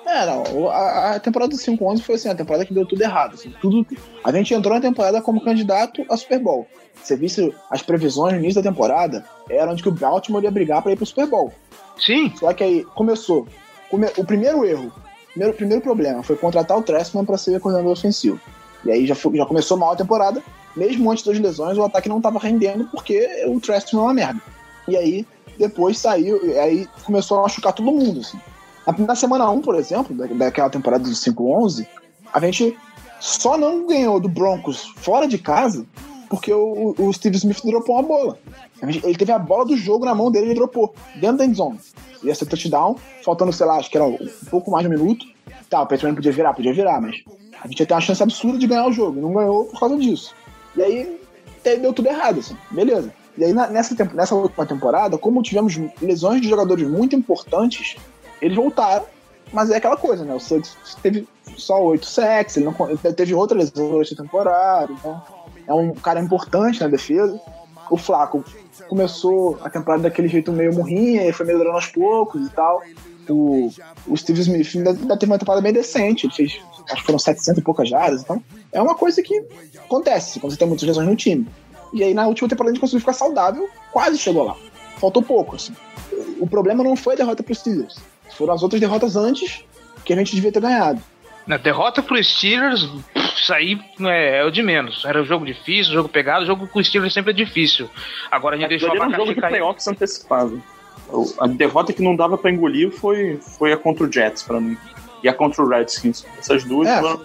A temporada do 5-11 foi assim, a temporada que deu tudo errado. Assim, a gente entrou na temporada como candidato a Super Bowl. Você visse as previsões no início da temporada, eram de que o Baltimore ia brigar para ir pro Super Bowl. Sim. Só que aí começou. O primeiro erro, o primeiro problema foi contratar o Trestman para ser coordenador ofensivo. E aí já começou mal a temporada. Mesmo antes das lesões, o ataque não estava rendendo porque o Trestman é uma merda. E aí depois saiu, e aí começou a machucar todo mundo, assim. Na semana 1, por exemplo, daquela temporada do 5-11, a gente só não ganhou do Broncos fora de casa porque o Steve Smith dropou uma bola. Ele teve a bola do jogo na mão dele e ele dropou dentro da endzone. Ia ser touchdown, faltando, sei lá, acho que era um pouco mais de um minuto. Tá, o Patriots podia virar, mas a gente ia ter uma chance absurda de ganhar o jogo. E não ganhou por causa disso. E aí deu tudo errado, assim. Beleza. E aí nessa última temporada, como tivemos lesões de jogadores muito importantes, eles voltaram, mas é aquela coisa, né? O Suggs teve só 8 sacks, ele teve outra lesão durante a temporada, então é um cara importante na defesa. O Flacco começou a temporada daquele jeito meio murrinha, e foi melhorando aos poucos e tal. O Steve Smith ainda teve uma temporada bem decente, ele fez, acho que foram 700 e poucas jardas, então é uma coisa que acontece quando você tem muitas lesões no time. E aí na última temporada a gente conseguiu ficar saudável, quase chegou lá. Faltou pouco, assim. O problema não foi a derrota para os Steelers. Foram as outras derrotas antes que a gente devia ter ganhado. Na derrota pro Steelers, isso aí é o de menos. Era um jogo difícil, jogo pegado, o jogo com o Steelers sempre é difícil. Agora a gente deixou a um jogo de playoffs antecipado. A derrota que não dava pra engolir foi a contra o Jets, pra mim. E a contra o Redskins. Essas duas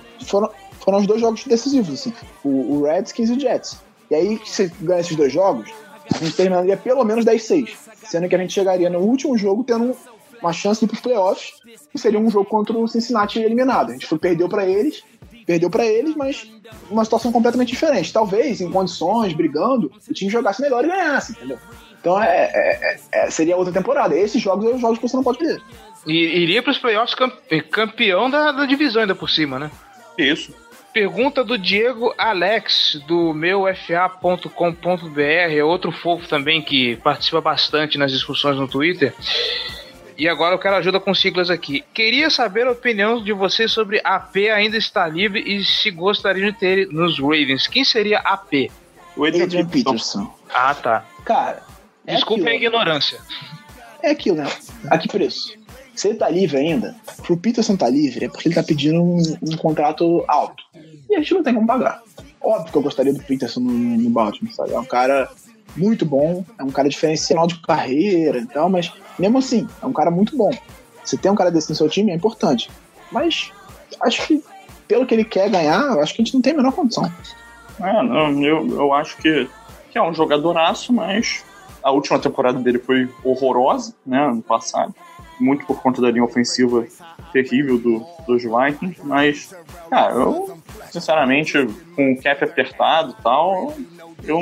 foram os dois jogos decisivos, assim. O Redskins e o Jets. E aí, se você ganha esses dois jogos, a gente terminaria pelo menos 10-6. Sendo que a gente chegaria no último jogo tendo uma chance de ir pros playoffs, que seria um jogo contra o Cincinnati eliminado. A gente perdeu pra eles, mas uma situação completamente diferente. Talvez, em condições, brigando, o time jogasse melhor e ganhasse, entendeu? Então seria outra temporada. Esses jogos são os jogos que você não pode perder. E iria pros playoffs campeão da divisão ainda por cima, né? Isso. Pergunta do Diego Alex, do meufa.com.br, é outro fofo também que participa bastante nas discussões no Twitter. E agora eu quero ajuda com siglas aqui. Queria saber a opinião de vocês sobre AP ainda está livre e se gostariam de ter nos Ravens. Quem seria AP? O Adrian Peterson. Ah, tá. Cara, desculpa a ignorância. É aquilo, né? A que preço? Se ele tá livre ainda, pro Peterson tá livre, é porque ele tá pedindo um contrato alto. E a gente não tem como pagar. Óbvio que eu gostaria do Peterson no Baltimore, sabe? É um cara muito bom, é um cara diferencial de carreira e tal, mas mesmo assim, é um cara muito bom. Você ter um cara desse no seu time é importante. Mas acho que, pelo que ele quer ganhar, acho que a gente não tem a menor condição. Eu acho que é um jogadoraço, mas a última temporada dele foi horrorosa, né, ano passado. Muito por conta da linha ofensiva terrível dos Vikings, mas, cara, eu, sinceramente, com o cap apertado e tal, eu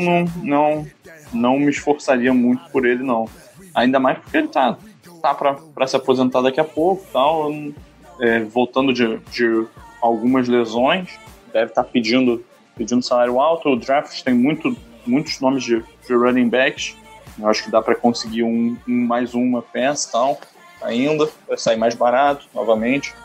não me esforçaria muito por ele, não. Ainda mais porque ele tá pra se aposentar daqui a pouco e tal, voltando de algumas lesões, deve estar pedindo salário alto. O draft tem muitos nomes de running backs, eu acho que dá pra conseguir mais uma peça e tal. Ainda, vai sair mais barato, novamente.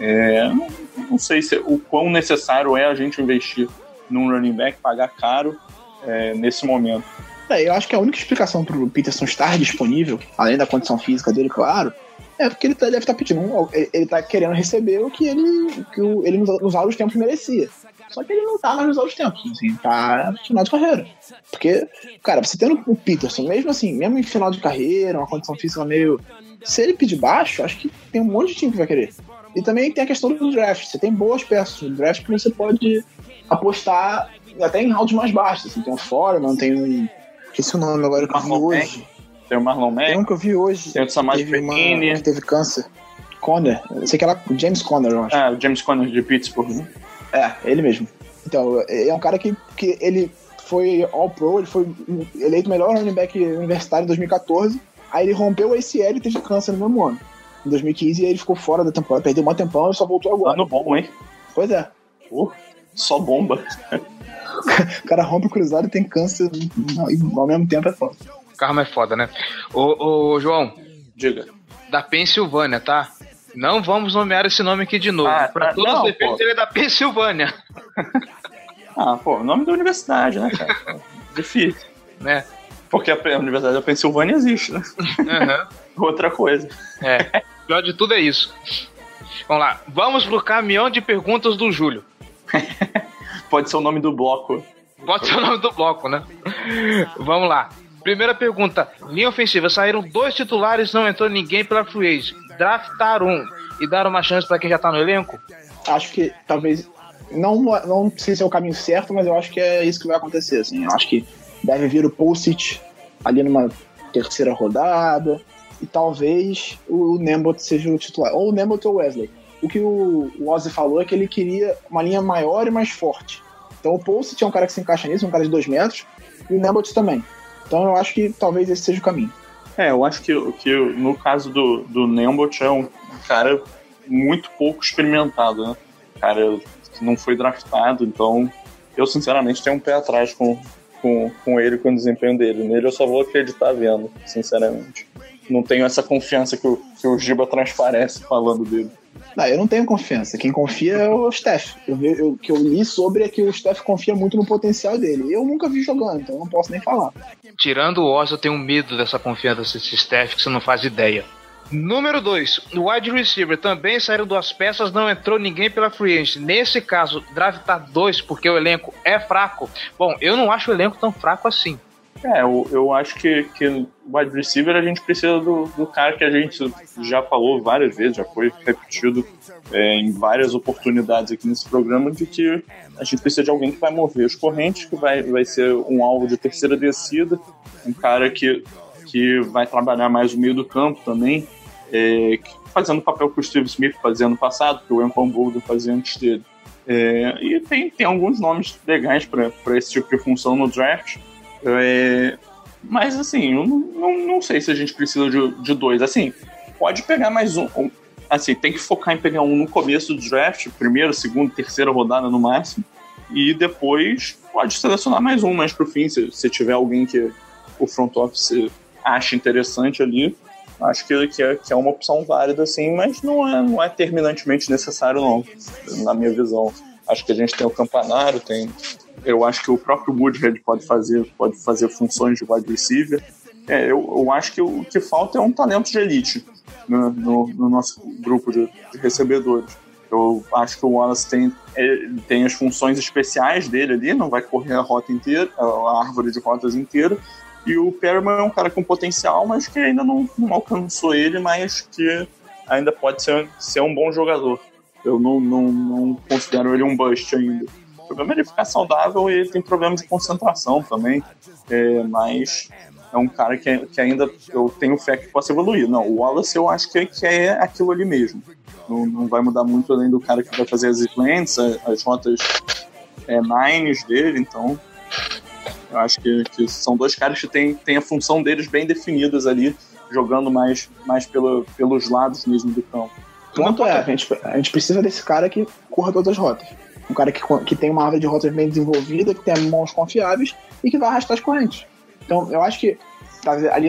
Não sei o quão necessário é a gente investir num running back, pagar caro nesse momento. Eu acho que a única explicação pro Peterson estar disponível, além da condição física dele, claro, é porque ele deve estar pedindo, ele tá querendo receber o que ele nos áureos tempos merecia. Só que ele não tá mais nos áureos tempos, assim, tá no final de carreira. Porque, cara, você tendo o Peterson, mesmo assim, mesmo em final de carreira, uma condição física meio... Se ele pedir baixo, acho que tem um monte de time que vai querer. E também tem a questão do draft. Você tem boas peças no draft que você pode apostar até em rounds mais baixos. Assim. Tem o Foreman, tem um... Esqueci o nome agora que eu vi hoje. Tem o Marlon Mack. Tem um que eu vi hoje. Tem o Samad Perini. Que teve câncer. Conner. Eu sei que era o James Conner, eu acho. O James Conner de Pittsburgh, né? Ele mesmo. Então, é um cara que ele foi All-Pro, ele foi eleito melhor running back universitário em 2014. Aí ele rompeu o ACL e teve câncer no mesmo ano. Em 2015, e aí ele ficou fora da temporada. Perdeu um tempão e só voltou agora. Ano bom, hein? Pois é. Só bomba. O cara rompe o cruzado e tem câncer ao mesmo tempo, é foda. O karma é foda, né? Ô, João. Diga. Da Pensilvânia, tá? Não vamos nomear esse nome aqui de novo. Pra todos os efeitos, ele é da Pensilvânia. O nome da universidade, né, cara? Difícil. Né? Porque a Universidade da Pensilvânia existe, né? Uhum. Outra coisa. Pior de tudo é isso. Vamos lá. Vamos pro caminhão de perguntas do Júlio. Pode ser o nome do bloco. Pode ser o nome do bloco, né? Vamos lá. Primeira pergunta. Linha ofensiva. Saíram 2 titulares, não entrou ninguém pela free agent. Draftaram um e dar uma chance pra quem já tá no elenco? Acho que talvez... Não sei se é o caminho certo, mas eu acho que é isso que vai acontecer. Assim. Eu acho que deve vir o Pulisic ali numa terceira rodada e talvez o Nembot seja o titular. Ou o Nembot ou o Wesley. O que o Ozzy falou é que ele queria uma linha maior e mais forte. Então o Pulisic é um cara que se encaixa nisso, um cara de 2 metros, e o Nembot também. Então eu acho que talvez esse seja o caminho. Eu acho que no caso do Nembot é um cara muito pouco experimentado, né? Cara que não foi draftado, então eu sinceramente tenho um pé atrás com ele, com o desempenho dele. Nele eu só vou acreditar vendo, sinceramente. Não tenho essa confiança que o Giba transparece falando dele. Não, eu não tenho confiança. Quem confia é o Steph. O que eu li sobre é que o Steph confia muito no potencial dele. Eu nunca vi jogando, então eu não posso nem falar. Tirando o Oz, eu tenho medo dessa confiança desse Steph, que você não faz ideia. Número 2, o wide receiver também saíram 2 peças, não entrou ninguém pela free agent. Nesse caso, draftar 2 porque o elenco é fraco. Bom, eu não acho o elenco tão fraco assim. Eu acho que o wide receiver a gente precisa do cara que a gente já falou várias vezes, já foi repetido em várias oportunidades aqui nesse programa, de que a gente precisa de alguém que vai mover os correntes, que vai ser um alvo de terceira descida, um cara que vai trabalhar mais o meio do campo também, fazendo o papel que o Steve Smith fazia no passado, que o Anquan Boldin fazia antes dele. E tem alguns nomes legais para esse tipo de função no draft. Mas assim, eu não sei se a gente precisa de 2. Assim, pode pegar mais um. Assim, tem que focar em pegar um no começo do draft, primeira, segunda, terceira rodada no máximo, e depois pode selecionar mais um mais pro fim, se tiver alguém que o front office acha interessante ali. Acho que é uma opção válida, assim, mas não é terminantemente necessário, não, na minha visão. Acho que a gente tem o Campanário, eu acho que o próprio Woodhead pode fazer funções de wide receiver. Eu acho que o que falta é um talento de elite, né, no nosso grupo de recebedores. Eu acho que o Wallace tem as funções especiais dele ali, não vai correr a rota inteira, a árvore de rotas inteira. E o Perriman é um cara com potencial, mas que ainda não alcançou ele, mas que ainda pode ser um bom jogador. Eu não considero ele um bust ainda. O problema é ele ficar saudável e ele tem problema de concentração também. Mas é um cara que ainda eu tenho fé que possa evoluir. Não, o Wallace eu acho que é aquilo ali mesmo. Não vai mudar muito além do cara que vai fazer as slants, as rotas nines dele, então... Eu acho que são 2 caras que têm a função deles bem definidas ali, jogando mais pelos lados mesmo do campo. O ponto a gente precisa desse cara que corra todas as rotas. Um cara que tem uma árvore de rotas bem desenvolvida, que tem mãos confiáveis e que vai arrastar as correntes. Então, eu acho que ali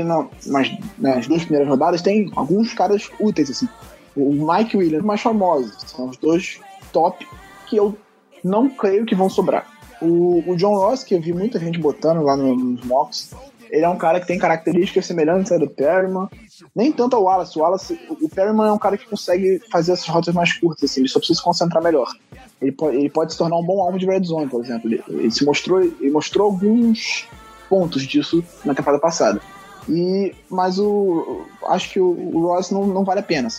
nas 2 primeiras rodadas tem alguns caras úteis, assim. O Mike Williams, mais famoso, são os 2 top que eu não creio que vão sobrar. O John Ross, que eu vi muita gente botando lá nos mocks, ele é um cara que tem características semelhantes ao do Perriman. Nem tanto ao Wallace. O Perriman é um cara que consegue fazer essas rotas mais curtas, assim, ele só precisa se concentrar melhor. Ele pode se tornar um bom alvo de red zone, por exemplo. Ele mostrou alguns pontos disso na temporada passada. Mas acho que o Ross não vale a pena, assim.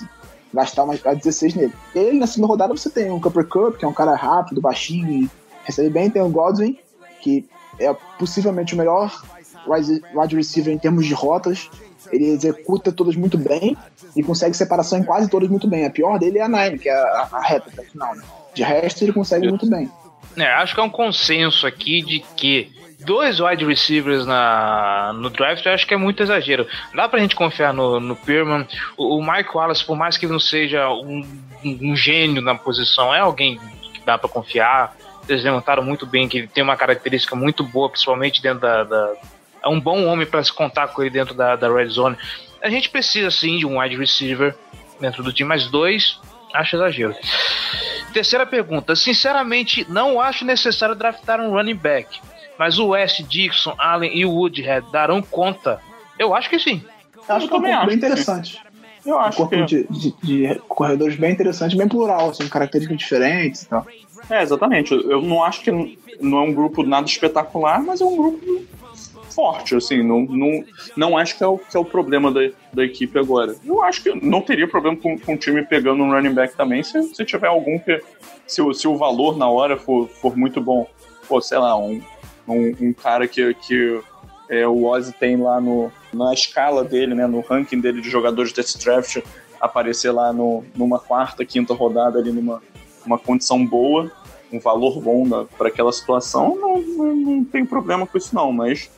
gastar mais 16 nele. Ele, na segunda rodada, você tem o Cooper Kupp, que é um cara rápido, baixinho, e recebe bem. Tem o Godwin, que é possivelmente o melhor wide receiver em termos de rotas. Ele executa todas muito bem e consegue separação em quase todas muito bem. A pior dele é a nine, que é a reta até o final, né? De resto, ele consegue muito bem. Acho que é um consenso aqui de que 2 wide receivers no draft, eu acho que é muito exagero. Dá pra gente confiar no Perriman. O Mike Wallace, por mais que ele não seja um gênio na posição, é alguém que dá pra confiar. Eles levantaram muito bem que ele tem uma característica muito boa, principalmente dentro é um bom homem para se contar com ele dentro da red zone. A gente precisa sim de um wide receiver dentro do time, mas 2 acho exagero. Terceira pergunta: sinceramente não acho necessário draftar um running back, mas o West, Dixon, Allen e o Woodhead darão conta? Eu acho que sim. Eu acho que é um pouco bem interessante. Eu acho um corpo de corredores bem interessante, bem plural, assim, características diferentes e tal. Exatamente. Eu não acho que não é um grupo nada espetacular, mas é um grupo forte, assim. Não acho que é o problema da equipe agora. Eu acho que não teria problema com o time pegando um running back também, se tiver algum que... Se o valor na hora for muito bom. Pô, sei lá, um cara que o Ozzy tem lá na escala dele, né, no ranking dele de jogadores desse draft, aparecer lá numa quarta, quinta rodada ali numa condição boa, um valor bom para aquela situação, não tem problema com isso não, mas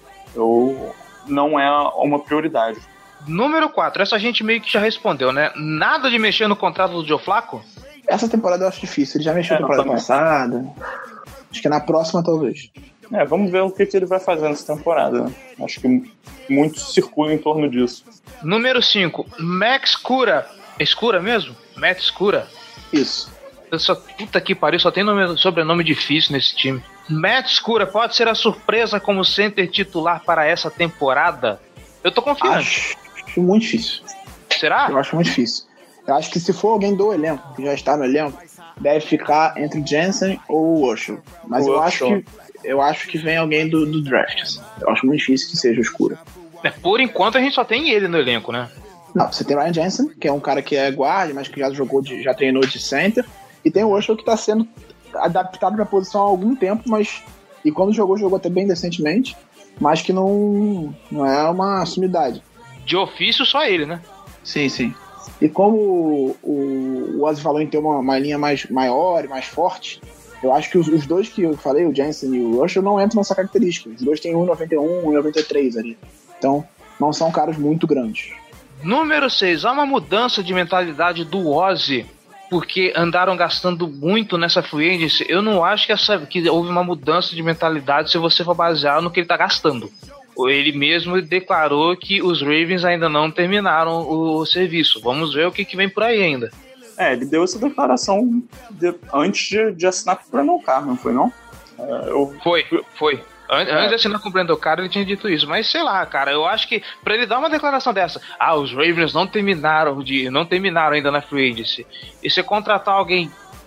não é uma prioridade. Número 4, essa gente meio que já respondeu, né? Nada de mexer no contrato do Joe Flacco? Essa temporada eu acho difícil, ele já mexeu na temporada passada, acho que na próxima talvez. Vamos ver o que ele vai fazer nessa temporada. Acho que muito circula em torno disso. Número 5, Max Cura. Escura mesmo? Matt Escura? Isso. Puta que pariu, só tem sobrenome difícil nesse time. Matt Escura pode ser a surpresa como center titular para essa temporada? Eu tô confiante. Acho muito difícil. Será? Eu acho muito difícil. Eu acho que se for alguém do elenco, que já está no elenco, deve ficar entre Jensen ou o Urshel. Mas eu acho que vem alguém do draft. Assim. Eu acho muito difícil que seja o Escura. Por enquanto a gente só tem ele no elenco, né? Não, você tem Ryan Jensen, que é um cara que é guarda, mas que já treinou de center. E tem o Urshel que está sendo adaptado para a posição há algum tempo, e quando jogou até bem decentemente, mas que não é uma sumidade. De ofício, só ele, né? Sim. E como o Ozzy falou em ter uma linha mais maior e mais forte, eu acho que os dois que eu falei, o Jensen e o Urshel, não entram nessa característica. Os dois têm 1,91, 1,93 ali. Então, não são caras muito grandes. Número 6, há uma mudança de mentalidade do Ozzy, porque andaram gastando muito nessa free agency. Eu não acho que houve uma mudança de mentalidade se você for basear no que ele está gastando. Ele mesmo declarou que os Ravens ainda não terminaram o serviço. Vamos ver o que vem por aí ainda. Ele deu essa declaração antes de assinar com o Brandon Carr, não foi não? Foi. Antes de assinar com o Brandon Carr, ele tinha dito isso. Mas sei lá, cara, eu acho que pra ele dar uma declaração dessa, os Ravens não terminaram ainda na free agency, e você contratar alguém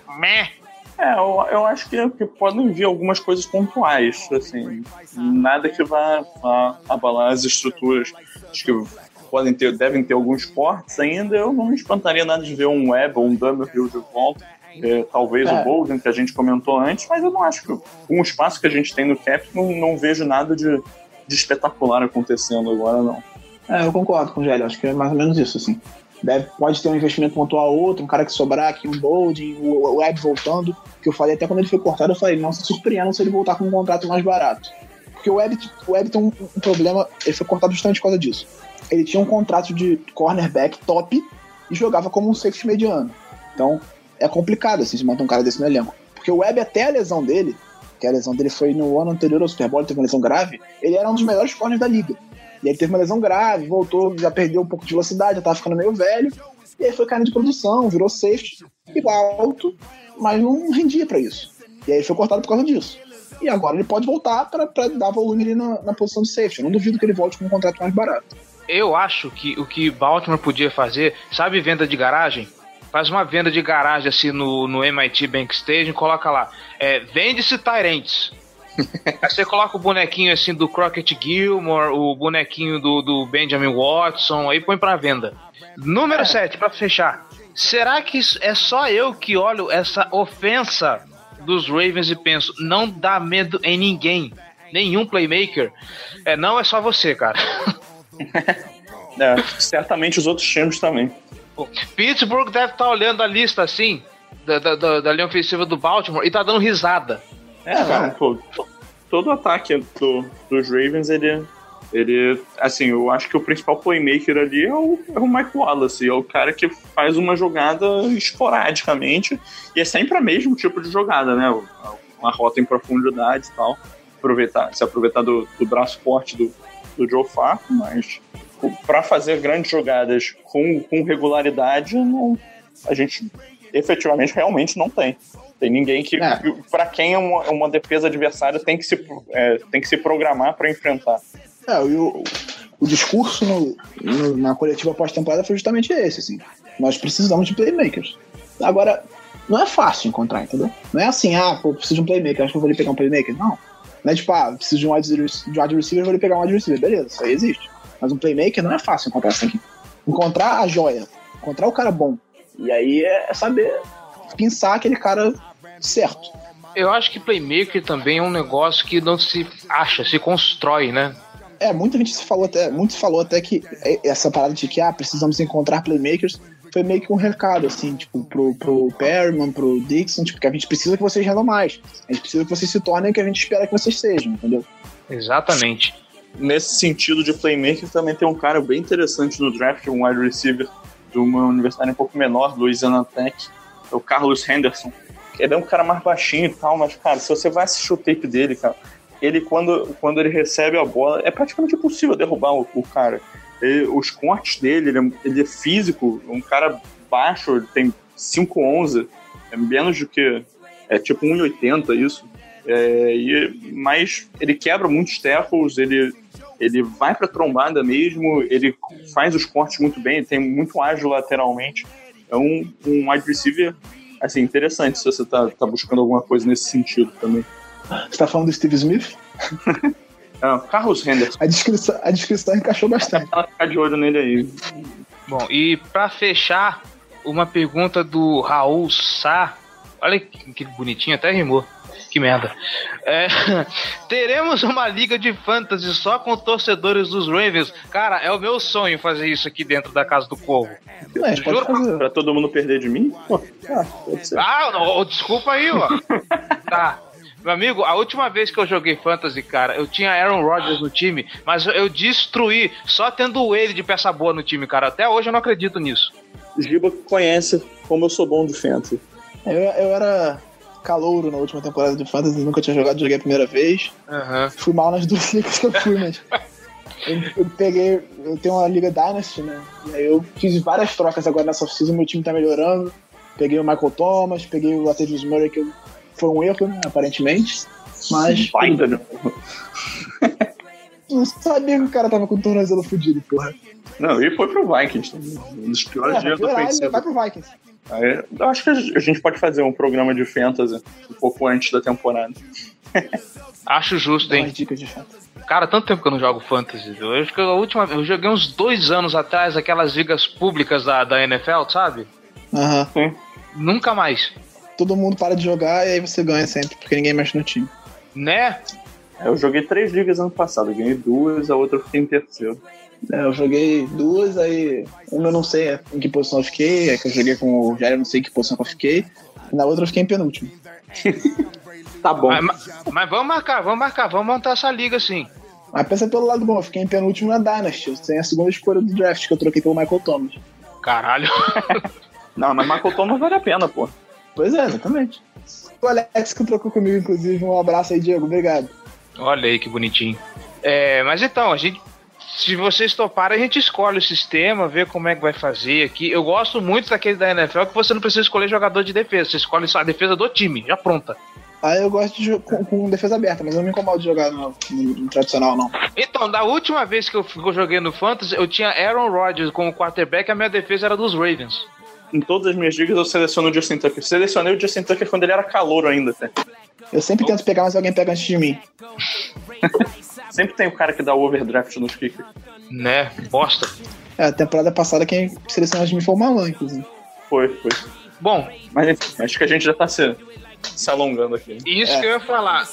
eu acho que podem vir algumas coisas pontuais, assim, nada que vá abalar as estruturas. Acho que devem ter alguns cortes ainda. Eu não me espantaria nada de ver um Webb ou um Dummerhill de volta. Talvez o Bolden, que a gente comentou antes, mas eu não acho que com o espaço que a gente tem no cap, não vejo nada de espetacular acontecendo agora, não. Eu concordo com o Gélio, acho que é mais ou menos isso, assim. Pode ter um investimento pontual outro, um cara que sobrar aqui, um Bolden, o Webb voltando, que eu falei até quando ele foi cortado, eu falei, não se surpreenda se ele voltar com um contrato mais barato. Porque o Webb tem um problema, ele foi cortado justamente por causa disso. Ele tinha um contrato de cornerback top e jogava como um safety mediano. Então, é complicado assim, se montar um cara desse no elenco. Porque o Webb, até a lesão dele, que a lesão dele foi no ano anterior ao Super Bowl, ele teve uma lesão grave, ele era um dos melhores corners da liga. E aí teve uma lesão grave, voltou, já perdeu um pouco de velocidade, já tava ficando meio velho, e aí foi caindo de produção, virou safety, igual alto, mas não rendia pra isso. E aí ele foi cortado por causa disso. E agora ele pode voltar pra dar volume ali na posição de safety. Eu não duvido que ele volte com um contrato mais barato. Eu acho que o que Baltimore podia fazer, sabe venda de garagem? Faz uma venda de garagem assim no MIT Bank Stadium, coloca lá, vende-se Tyrants. Aí você coloca o bonequinho assim do Crockett Gilmore, o bonequinho do Benjamin Watson, aí põe pra venda. Número 7, pra fechar. será que é só eu que olho essa ofensa dos Ravens e penso, não dá medo em ninguém, nenhum playmaker? Não é só você, cara. Certamente os outros times também. Pittsburgh deve estar olhando a lista assim, da linha ofensiva do Baltimore, e tá dando risada. Cara, todo ataque dos Ravens, ele, assim, eu acho que o principal playmaker ali é o Mike Wallace, é o cara que faz uma jogada esporadicamente, e é sempre o mesmo tipo de jogada, né? Uma rota em profundidade e tal, se aproveitar do braço forte do Joe Flacco, mas para fazer grandes jogadas com regularidade, a gente efetivamente realmente não tem. Tem ninguém que, para quem uma defesa adversária tem que se programar para enfrentar. O discurso na coletiva pós-temporada foi justamente esse, assim. Nós precisamos de playmakers. Agora, não é fácil encontrar, entendeu? Não é assim, preciso de um playmaker, acho que eu vou ali pegar um playmaker. Não é tipo, preciso de um wide receiver, vou ali pegar um wide receiver. Beleza, isso aí existe. Mas um playmaker não é fácil encontrar. Você tem que encontrar a joia, encontrar o cara bom. E aí é saber pensar aquele cara certo. Eu acho que playmaker também é um negócio que não se acha, se constrói, né? Muita gente falou até que essa parada de que precisamos encontrar playmakers foi meio que um recado, assim, tipo, pro Perryman, pro Dixon, tipo, que a gente precisa que vocês rendam mais. A gente precisa que vocês se tornem o que a gente espera que vocês sejam, entendeu? Exatamente. Nesse sentido de playmaker, também tem um cara bem interessante no draft, um wide receiver de uma universidade um pouco menor, Louisiana Tech, é o Carlos Henderson. Ele é um cara mais baixinho e tal, mas, cara, se você vai assistir o tape dele, cara, ele, quando ele recebe a bola, é praticamente impossível derrubar o cara. Os cortes dele, ele é físico, um cara baixo, ele tem 5'11", é menos do que, tipo 1,80 isso. Mas ele quebra muitos tackles, ele vai pra trombada mesmo, ele faz os cortes muito bem, ele tem muito ágil lateralmente. É um wide receiver, assim, interessante se você tá buscando alguma coisa nesse sentido também. Você tá falando do Steve Smith? Carlos Henderson. A descrição encaixou bastante. Ela ficar de olho nele aí. Bom, e pra fechar, uma pergunta do Raul Sá. Olha que bonitinho, até rimou. Que merda. Teremos uma liga de fantasy só com torcedores dos Ravens. Cara, é o meu sonho fazer isso aqui dentro da Casa do Corvo. Juro pra todo mundo perder de mim? Pode ser. Desculpa aí, ó. Tá. Meu amigo, a última vez que eu joguei fantasy, cara, eu tinha Aaron Rodgers no time, mas eu destruí só tendo ele de peça boa no time, cara. Até hoje eu não acredito nisso. Giba conhece como eu sou bom de fantasy. Eu era calouro na última temporada de fantasy, nunca tinha jogado, joguei a primeira vez. Fui mal nas duas ligas que eu fui, mas eu tenho uma liga Dynasty, né? E aí eu fiz várias trocas agora nessa off-season, meu time tá melhorando. Peguei o Michael Thomas, peguei o Latavius Murray, que foi um erro, né, aparentemente. Mas não sabia que o cara tava com o tornozelo fudido, porra. Não, e foi pro Vikings, um dos piores dias da ofensiva. Vai pro Vikings. Eu acho que a gente pode fazer um programa de fantasy um pouco antes da temporada. Acho justo, hein? Dicas de fantasy. Cara, tanto tempo que eu não jogo fantasy. Eu acho que eu joguei uns 2 anos atrás aquelas ligas públicas da NFL, sabe? Sim. Nunca mais. Todo mundo para de jogar e aí você ganha sempre, porque ninguém mexe no time. Né? Eu joguei 3 ligas ano passado, eu ganhei 2, a outra eu fiquei em terceiro. Eu joguei 2, aí uma eu não sei em que posição eu fiquei, é que eu joguei com o Jair, eu não sei em que posição eu fiquei, e na outra eu fiquei em penúltimo. Tá bom. Mas vamos marcar, vamos montar essa liga sim. Mas pensa pelo lado bom, eu fiquei em penúltimo na Dynasty, sem a segunda escolha do draft, que eu troquei pelo Michael Thomas. Caralho. Não, mas Michael Thomas vale a pena, pô. Pois é, exatamente. O Alex que trocou comigo, inclusive, um abraço aí, Diego, obrigado. Olha aí que bonitinho. Mas então, se vocês toparem, a gente escolhe o sistema, vê como é que vai fazer aqui. Eu gosto muito daquele da NFL que você não precisa escolher jogador de defesa, você escolhe só a defesa do time, já pronta. Eu gosto de jogar com defesa aberta, mas eu não me incomodo de jogar no tradicional, não. Então, da última vez que eu joguei no Fantasy, eu tinha Aaron Rodgers como quarterback, a minha defesa era dos Ravens. Em todas as minhas ligas eu seleciono o Justin Tucker. Selecionei o Justin Tucker quando ele era calouro ainda, até. Eu sempre tento pegar, mas alguém pega antes de mim. Sempre tem o cara que dá o overdraft nos kickers. Né, bosta. A temporada passada quem selecionou de mim foi o Malan, inclusive. Foi. Bom, mas enfim, acho que a gente já tá se alongando aqui. Isso que eu ia falar.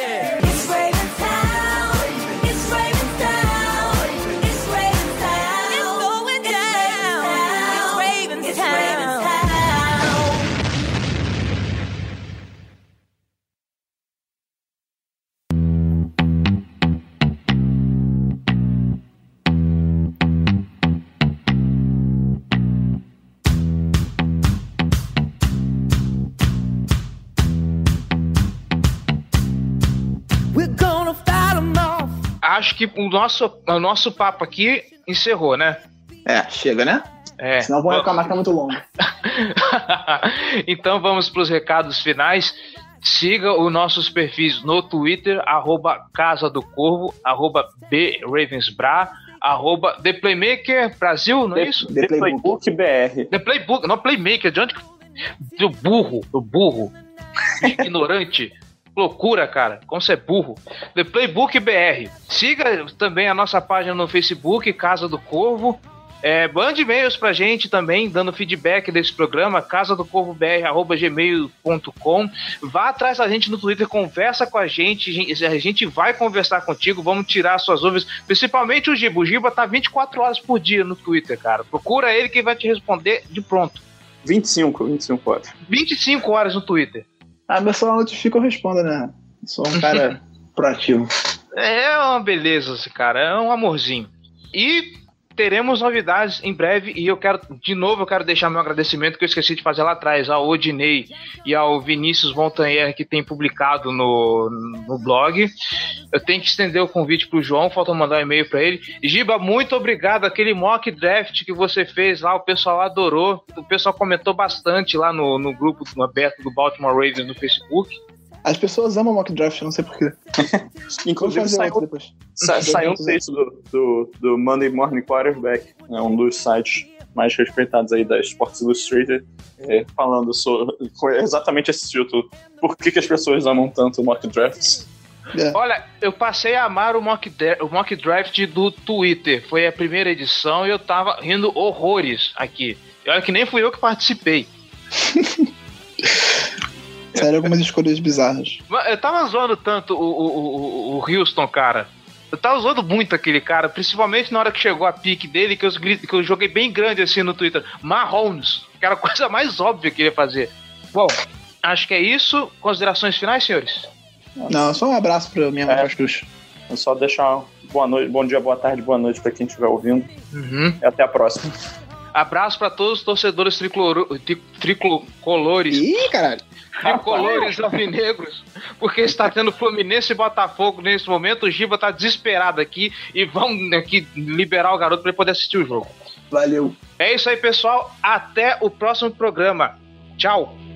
Acho que o nosso papo aqui encerrou, né? Chega, né? Senão vão reclamar que é muito longo. Então vamos para os recados finais. Siga os nossos perfis no Twitter, @Casa do Corvo, @BRavensBra, @The Playmaker Brasil, não é isso? The Playbook BR. The Playbook, não Playmaker, de onde que... Do burro. Ignorante. Loucura, cara. Como você é burro. The Playbook BR. Siga também a nossa página no Facebook, Casa do Corvo. Mande e-mails pra gente também, dando feedback desse programa, casadocurvobr@gmail.com. Vá atrás da gente no Twitter, conversa com a gente vai conversar contigo, vamos tirar suas dúvidas, principalmente o Giba. O Giba tá 24 horas por dia no Twitter, cara. Procura ele que vai te responder de pronto. 25 horas. 25 horas no Twitter. Meu celular notifica, eu respondo, né? Sou um cara proativo. É uma beleza esse cara, é um amorzinho. E teremos novidades em breve, e eu quero deixar meu agradecimento, que eu esqueci de fazer lá atrás, ao Odinei e ao Vinícius Montanher, que tem publicado no blog. Eu tenho que estender o convite pro João, falta mandar um e-mail para ele. Giba, muito obrigado, aquele mock draft que você fez lá, o pessoal adorou, o pessoal comentou bastante lá no grupo aberto do Baltimore Ravens no Facebook. As pessoas amam mock draft, não sei porquê. Inclusive saiu um texto do Monday Morning Quarterback, um dos sites mais respeitados aí da Sports Illustrated, falando sobre exatamente esse título. Por que as pessoas amam tanto o mock drafts? Olha, eu passei a amar o mock draft do Twitter. Foi a primeira edição e eu tava rindo horrores aqui. E olha que nem fui eu que participei. Sério, algumas escolhas bizarras. Eu tava zoando tanto o Houston, cara. Eu tava zoando muito aquele cara, principalmente na hora que chegou a pique dele, que eu joguei bem grande assim no Twitter. Mahomes, que era a coisa mais óbvia que ele ia fazer. Bom, acho que é isso. Considerações finais, senhores? Não, só um abraço pra minha Castuxa. É só deixar boa noite, bom dia, boa tarde, boa noite pra quem estiver ouvindo. E até a próxima. Abraço pra todos os torcedores tricolores. Ih, caralho! Tricolores alvinegros, porque está tendo Fluminense e Botafogo nesse momento. O Giba tá desesperado aqui e vão aqui liberar o garoto pra ele poder assistir o jogo. Valeu. É isso aí, pessoal. Até o próximo programa. Tchau.